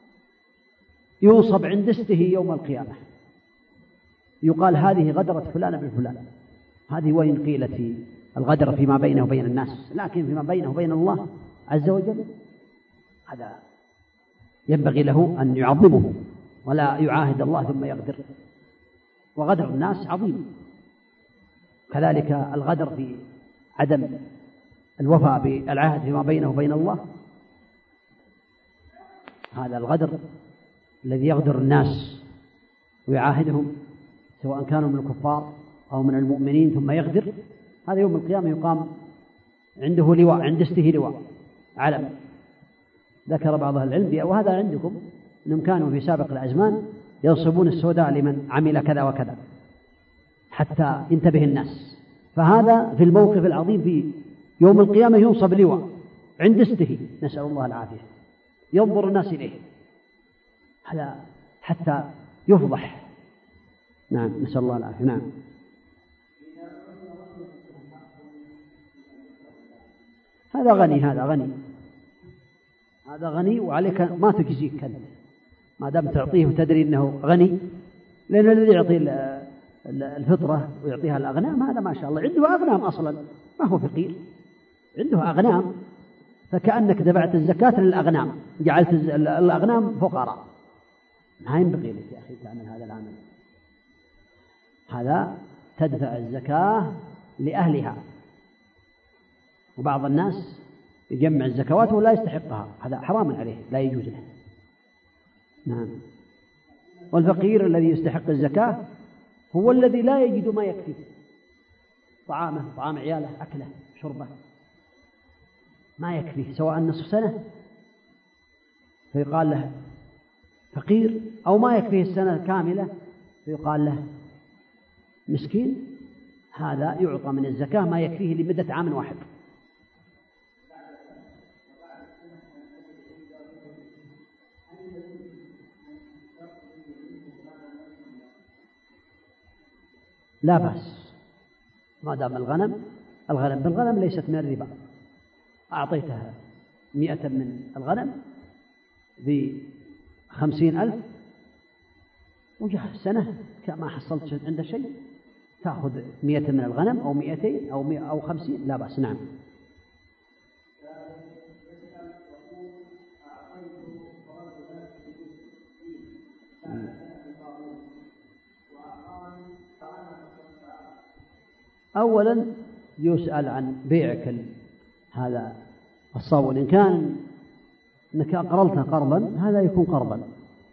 ينصب عند استه يوم القيامة، يقال هذه غدرة فلان بالفلان. هذه وإن قيلت في الغدر فيما بينه وبين الناس، لكن فيما بينه وبين الله عز وجل هذا ينبغي له أن يعظمه ولا يعاهد الله ثم يغدر. وغدر الناس عظيم، كذلك الغدر في عدم الوفاء بالعهد فيما بينه وبين الله. هذا الغدر الذي يغدر الناس ويعاهدهم سواء كانوا من الكفار أو من المؤمنين ثم يغدر، هذا يوم القيامة يقام عنده لواء، عند استه لواء علم. ذكر بعض أهل العلم وهذا عندكم أنهم كانوا في سابق الأزمان ينصبون السوداء لمن عمل كذا وكذا حتى ينتبه الناس. فهذا في الموقف العظيم في يوم القيامة ينصب لواء عند استه، نسأل الله العافية، ينظر الناس إليه هذا حتى يفضح. نعم، نسأل الله العافية. نعم. هذا غني، هذا غني، هذا غني، وعليك ما تجزيك كذب ما دام تعطيه وتدري أنه غني، لأن الذي يعطي الفطرة ويعطيها الأغنام هذا ما شاء الله عنده أغنام أصلا، ما هو فقير، عنده أغنام، فكأنك دفعت الزكاة للأغنام، جعلت الأغنام فقراء. ما ينبغي لك يا أخي تعمل هذا العمل، هذا تدفع الزكاة لأهلها. وبعض الناس يجمع الزكوات ولا يستحقها، هذا حرام عليه، لا يجوز له. نعم. والفقير الذي يستحق الزكاة هو الذي لا يجد ما يكفي طعامه، طعام عياله، أكله، شربه، ما يكفي سواء نصف سنة فيقال له فقير، أو ما يكفيه السنة كاملة فيقال له مسكين. هذا يعطى من الزكاة ما يكفيه لمدة عام واحد. لا بأس ما دام الغنم الغنم بالغنم ليست من الربا. أعطيتها مئة من الغنم بخمسين ألف وجاء السنة كما حصلت عند شيء تأخذ مئة من الغنم أو مئتين أو مئة أو خمسين، لا بأس. نعم. أولا يسأل عن بيعك هذا الصاول، إن كان إنك أقرلته قرضا هذا يكون قرضا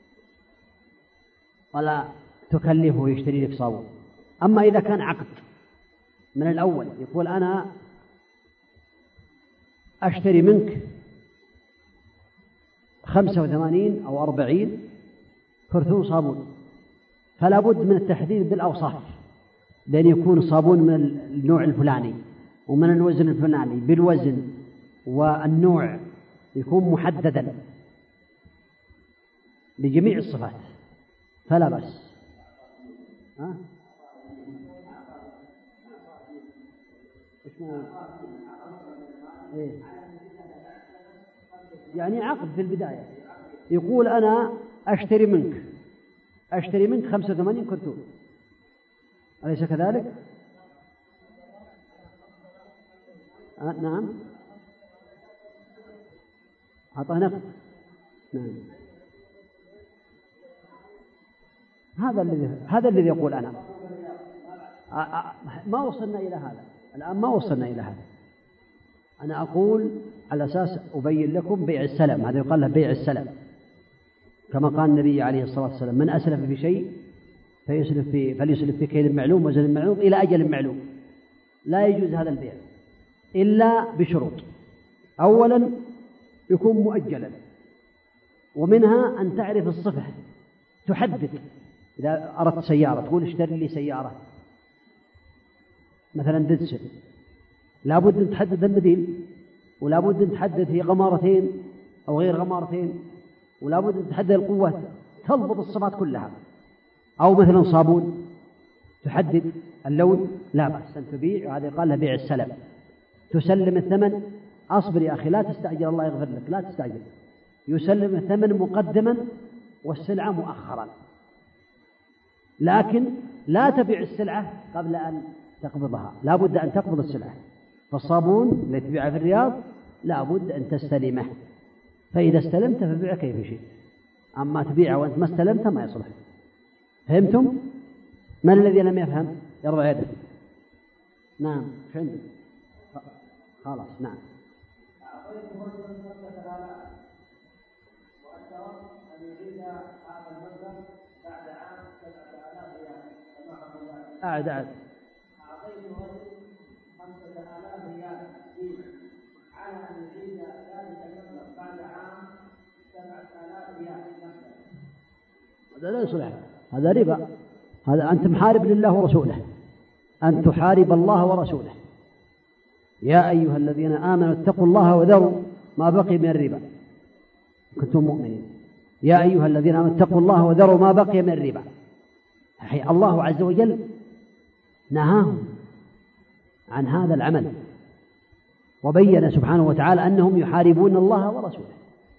ولا تكلفه يشتري لك صاول. أما إذا كان عقد من الأول يقول أنا أشتري منك خمسة وثمانين أو أربعين كرتون صابون فلا بد من التحديد بالأوصاف، لأن يكون صابون من النوع الفلاني ومن الوزن الفلاني بالوزن والنوع، يكون محددا بجميع الصفات فلا بأس. ها؟ إيه؟ يعني عقد في البداية، يقول أنا أشتري منك أشتري منك خمسة وثمانين كرتون، أليس كذلك؟ آه نعم، أعطاه نقد. نعم، هذا الذي هذا الذي يقول أنا. آه آه ما وصلنا إلى هذا الآن، ما وصلنا إلى هذا. أنا أقول على أساس أبين لكم بيع السلم، هذا يقال له بيع السلم، كما قال النبي عليه الصلاة والسلام: من أسلف في شيء فيسلف في فليسلف في كيل معلوم وزن معلوم إلى أجل معلوم. لا يجوز هذا البيع إلا بشروط. أولا يكون مؤجلا، ومنها أن تعرف الصفة، تحدد. إذا أردت سيارة تقول اشتري لي سيارة مثلا ديدسن، لا بد أن تحدد الموديل، ولا بد أن تحدد هي غمارتين أو غير غمارتين، ولا بد أن تحدد القوة، تضبط الصفات كلها. أو مثلا صابون تحدد اللون، لا بأس أن تبيع، وهذا قال له بيع السلم. تسلم الثمن، أصبر يا أخي لا تستعجل، الله يغفر لك، لا تستعجل. يسلم الثمن مقدما والسلعة مؤخرا، لكن لا تبيع السلعة قبل أن تقبضها، لا بد أن تقبض السلعة. فالصابون اللي تبيعه في الرياض لا بد أن تستلمه، فإذا استلمت فبيع كيف شئت، أما تبيعه وأنت ما استلمت ما يصلح. فهمتم؟ من الذي لم يفهم يرفع يده؟ نعم، ايش عندك؟ خلاص نعم. أعد أعد أعطيت رجل خمسة آلاف ريال على أن يعيد ذلك المبلغ بعد عام سبعة آلاف ريال. هذا لا يصلح، هذا ربا، هذا أنت محارب لله ورسوله، أن تحارب الله ورسوله. يا أيها الذين آمنوا اتقوا الله وذروا ما بقي من الربا كنتم مؤمنين. يا أيها الذين آمنوا اتقوا الله وذروا ما بقي من الربا. الله عز وجل نهاهم عن هذا العمل، وبين سبحانه وتعالى أنهم يحاربون الله ورسوله.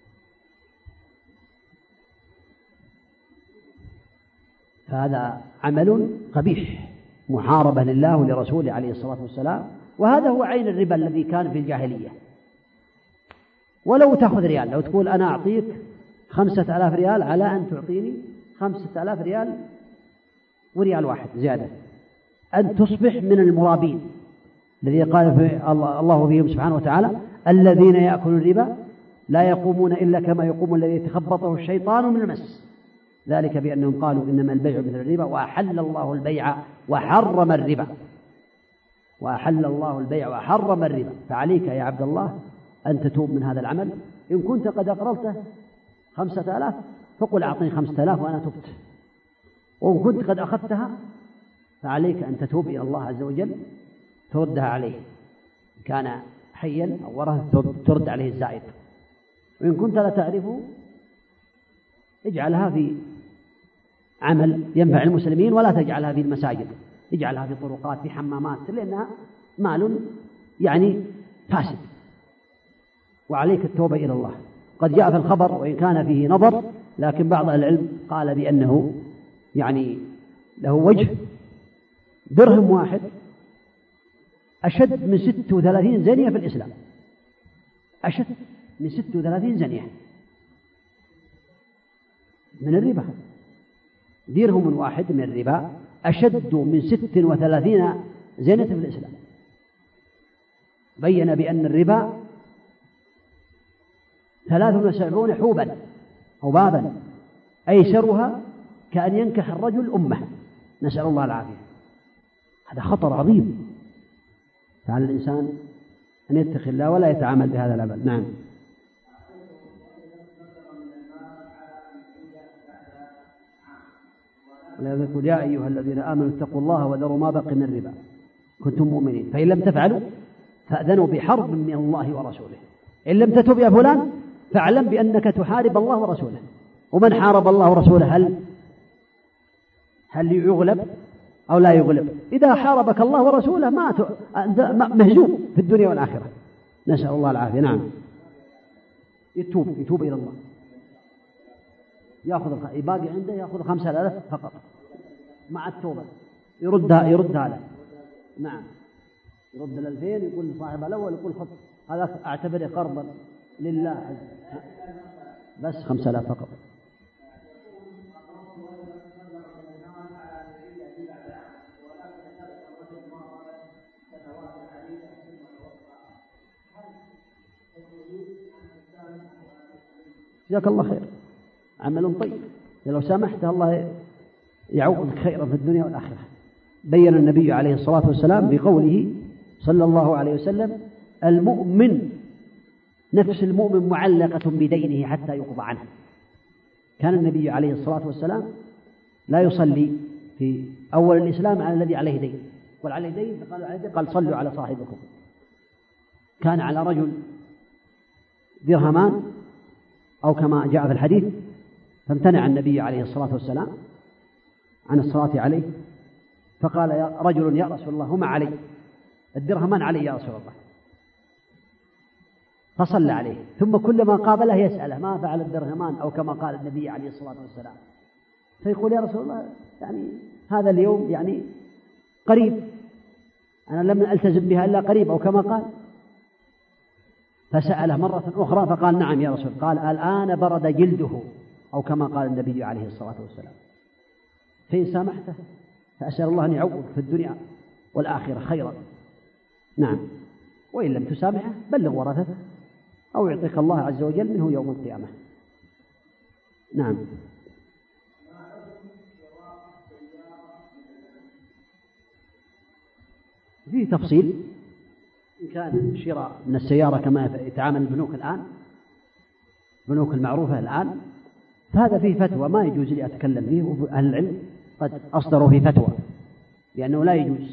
فهذا عمل قبيح، محاربة لله ولرسوله عليه الصلاة والسلام، وهذا هو عين الربا الذي كان في الجاهلية. ولو تأخذ ريال، لو تقول أنا أعطيك خمسة آلاف ريال على أن تعطيني خمسة آلاف ريال وريال واحد زيادة، أن تصبح من المرابين الذي قال في الله فيهم سبحانه وتعالى: الذين يأكلون الربا لا يقومون إلا كما يقوم الذي يتخبطه الشيطان من المس، ذلك بأنهم قالوا إنما البيع مثل الربا وأحل الله البيع وحرم الربا وأحل الله البيع وحرم الربا. فعليك يا عبد الله أن تتوب من هذا العمل. إن كنت قد أقرضته خمسة آلاف فقل أعطني خمسة آلاف وأنا تبت، وإن كنت قد أخذتها فعليك أن تتوب إلى الله عز وجل تردها عليه، إن كان حيا أو ورث ترد عليه الزائد. وإن كنت لا تعرفه اجعلها في عمل ينفع المسلمين، ولا تجعلها في المساجد، اجعلها في طرقات، في حمامات، لأنها مال يعني فاسد، وعليك التوبة إلى الله. قد جاء في الخبر وإن كان فيه نظر، لكن بعض العلم قال بأنه يعني له وجه. درهم واحد أشد من ست وثلاثين زنية في الإسلام، أشد من ست وثلاثين زنية من الربا. درهم واحد من الربا أشد من ست وثلاثين زنية في الإسلام. بين بأن الربا ثلاث وسبعون حوبا أو بابا، أيسرها كأن ينكح الرجل أمه، نسأل الله العافية. هذا خطر عظيم، فعلى الإنسان أن يتقي الله ولا يتعامل بهذا العمل. نعم. ولهذا يقول يا أيها الذين آمنوا اتقوا الله وذروا ما بقي من الربا كنتم مؤمنين فإن لم تفعلوا فأذنوا بحرب من الله ورسوله إن لم تتب يا فلان فاعلم بأنك تحارب الله ورسوله. ومن حارب الله ورسوله هل هل يغلب أو لا يغلب؟ إذا حاربك الله ورسوله ما أنت مهزوم في الدنيا والآخرة، نسأل الله العافية. نعم، يتوب يتوب إلى الله، يأخذ الخ... باقي عنده يأخذ خمسة آلاف فقط مع التوبة، يردها يردها له. نعم، يرد الألفين، يقول صاحب الأول يقول خذ هذا أعتبره قرضا لله بس خمسة آلاف فقط. جزاك الله خير، عمل طيب، لو سامحت الله يعوضك خيرا في الدنيا والآخرة. بين النبي عليه الصلاة والسلام بقوله صلى الله عليه وسلم المؤمن نفس المؤمن معلقة بدينه حتى يقضى عنه. كان النبي عليه الصلاة والسلام لا يصلي في أول الإسلام على الذي عليه دين، قال عليه دين قال عليه دين قال صلوا على صاحبكم. كان على رجل درهمان أو كما جاء في الحديث، فامتنع النبي عليه الصلاة والسلام عن الصلاة عليه، فقال يا رجل يا رسول الله هما علي، الدرهمان علي يا رسول الله، فصلى عليه. ثم كلما قابله يسأله ما فعل الدرهمان أو كما قال النبي عليه الصلاة والسلام، فيقول يا رسول الله يعني هذا اليوم يعني قريب، أنا لم ألتزم بها إلا قريب أو كما قال. فسأله مرة أخرى فقال نعم يا رسول، قال الآن برد جلده أو كما قال النبي عليه الصلاة والسلام. فإن سامحته فأسأل الله أن يعوض في الدنيا والآخرة خيرا. نعم، وإن لم تسامحه بلغ ورثته أو يعطيك الله عز وجل منه يوم القيامة. نعم. فيه تفصيل، إن كان شراء من السيارة كما يتعامل البنوك الآن، البنوك المعروفة الآن، فهذا فيه فتوى ما يجوز لي أتكلم فيه، وأهل العلم قد أصدروا في فتوى لأنه لا يجوز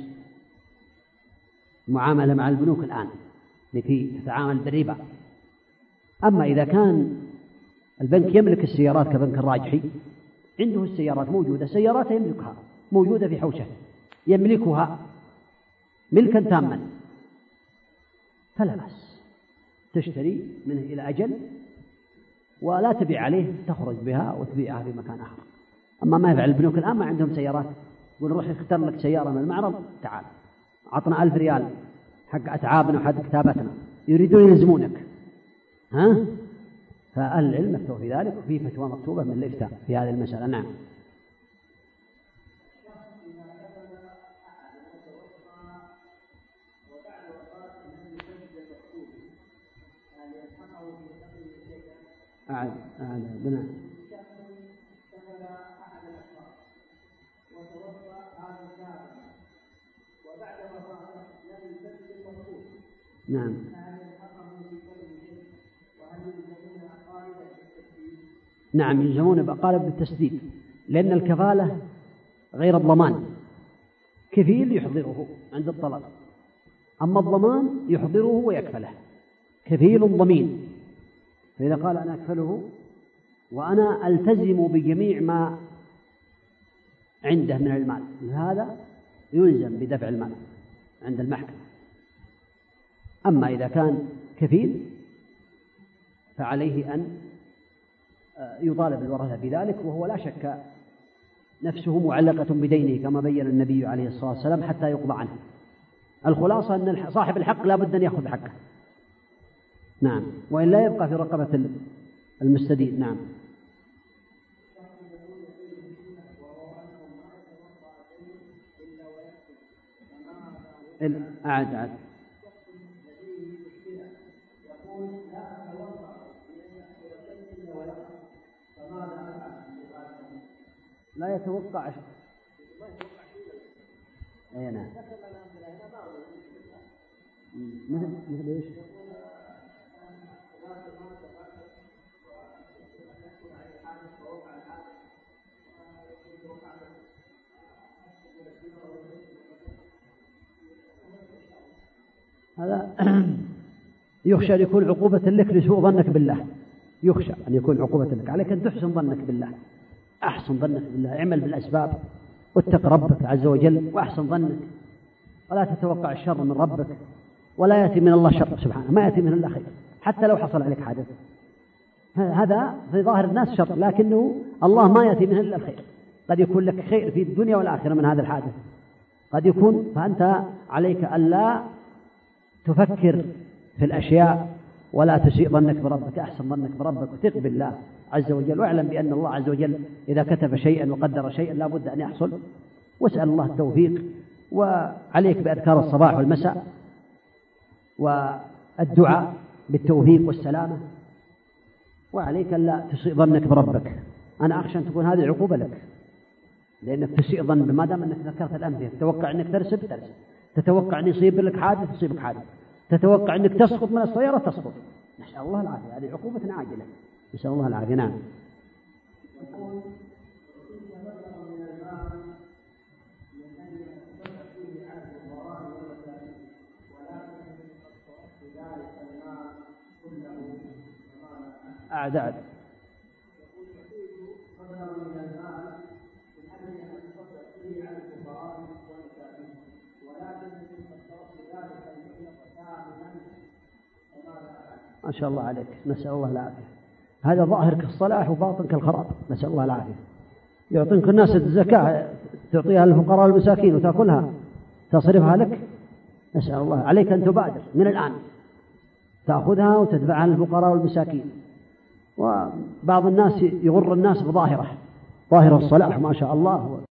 معاملة مع البنوك الآن التي تتعامل بالربا. أما إذا كان البنك يملك السيارات كبنك الراجحي، عنده السيارات موجودة، سيارات يملكها موجودة في حوشه يملكها ملكا تاما، فلا بأس تشتري منه إلى أجل ولا تبيع عليه، تخرج بها وتبيعها في مكان آخر. أما ما يفعل البنوك الآن ما عندهم سيارات، يقول روح اختار لك سيارة من المعرض تعال عطنا ألف ريال حق أتعابنا وحق كتابتنا، يريدون يلزمونك. ها؟ فأهل العلم افتوا في ذلك، وفي فتوى مكتوبة من الإفتاء في هذه المسألة. نعم. أعد أعد بناء نعم. نعم يلزمون بقالب بالتسديد، لأن الكفالة غير الضمان، كفيل يحضره عند الطلب، أما الضمان يحضره ويكفله، كفيل ضمين. فإذا قال أنا أكفله وأنا ألتزم بجميع ما عنده من المال، هذا يلزم بدفع المال عند المحكمة. أما إذا كان كفيل فعليه أن يطالب الورثة بذلك، وهو لا شك نفسه معلقة بدينه كما بين النبي عليه الصلاة والسلام حتى يقضى عنه. الخلاصة أن صاحب الحق لا بد أن يأخذ حقه. نعم، وإن لا يبقى في رقبة المستدين. نعم. أعد أعد لا يتوقع شيء. أي نعم. مثل مثل إيش؟ هذا يخشى أن يكون عقوبة لك لسوء ظنك بالله، يخشى أن يكون عقوبة لك، عليك أن تحسن ظنك بالله، أحسن ظنك بالله، اعمل بالأسباب واتق ربك عز وجل وأحسن ظنك، ولا تتوقع الشر من ربك، ولا يأتي من الله شر سبحانه، ما يأتي من الله خير حتى لو حصل عليك حادث. هذا في ظاهر الناس شر، لكنه الله ما يأتي منه إلا الخير، قد يكون لك خير في الدنيا والآخرة من هذا الحادث، قد يكون. فأنت عليك ألا تفكر في الأشياء ولا تسيء ظنك بربك، أحسن ظنك بربك وثق بالله عز وجل، واعلم بأن الله عز وجل إذا كتب شيئا وقدر شيئا لا بد أن يحصل، واسأل الله التوفيق. وعليك بأذكار الصباح والمساء والدعاء بالتوفيق والسلامة، وعليك ألا تسيء ظنك بربك. أنا أخشى أن تكون هذه عقوبة لك، لأنك تسيء ظن ما دام أنك ذكرت الأمثلة، تتوقع أنك ترسب ترسب، تتوقع أن يصيب لك حادث يصيبك حادث، تتوقع أنك تسقط من السيارة تسقط. نسأل الله العافية، هذه عقوبة عاجلة، نسأل الله العافية. نعم. أعد أعد ما شاء الله عليك، نسأل الله العافية. هذا ظاهر كالصلاح وباطن كالخراب، نسأل الله العافية. يعطينك الناس الزكاة تعطيها للفقراء والمساكين وتأكلها تصرفها لك، نسأل الله. عليك أن تبادر من الآن، تأخذها وتدفعها للفقراء والمساكين. وبعض الناس يغر الناس بظاهرة، ظاهرة الصلاح ما شاء الله.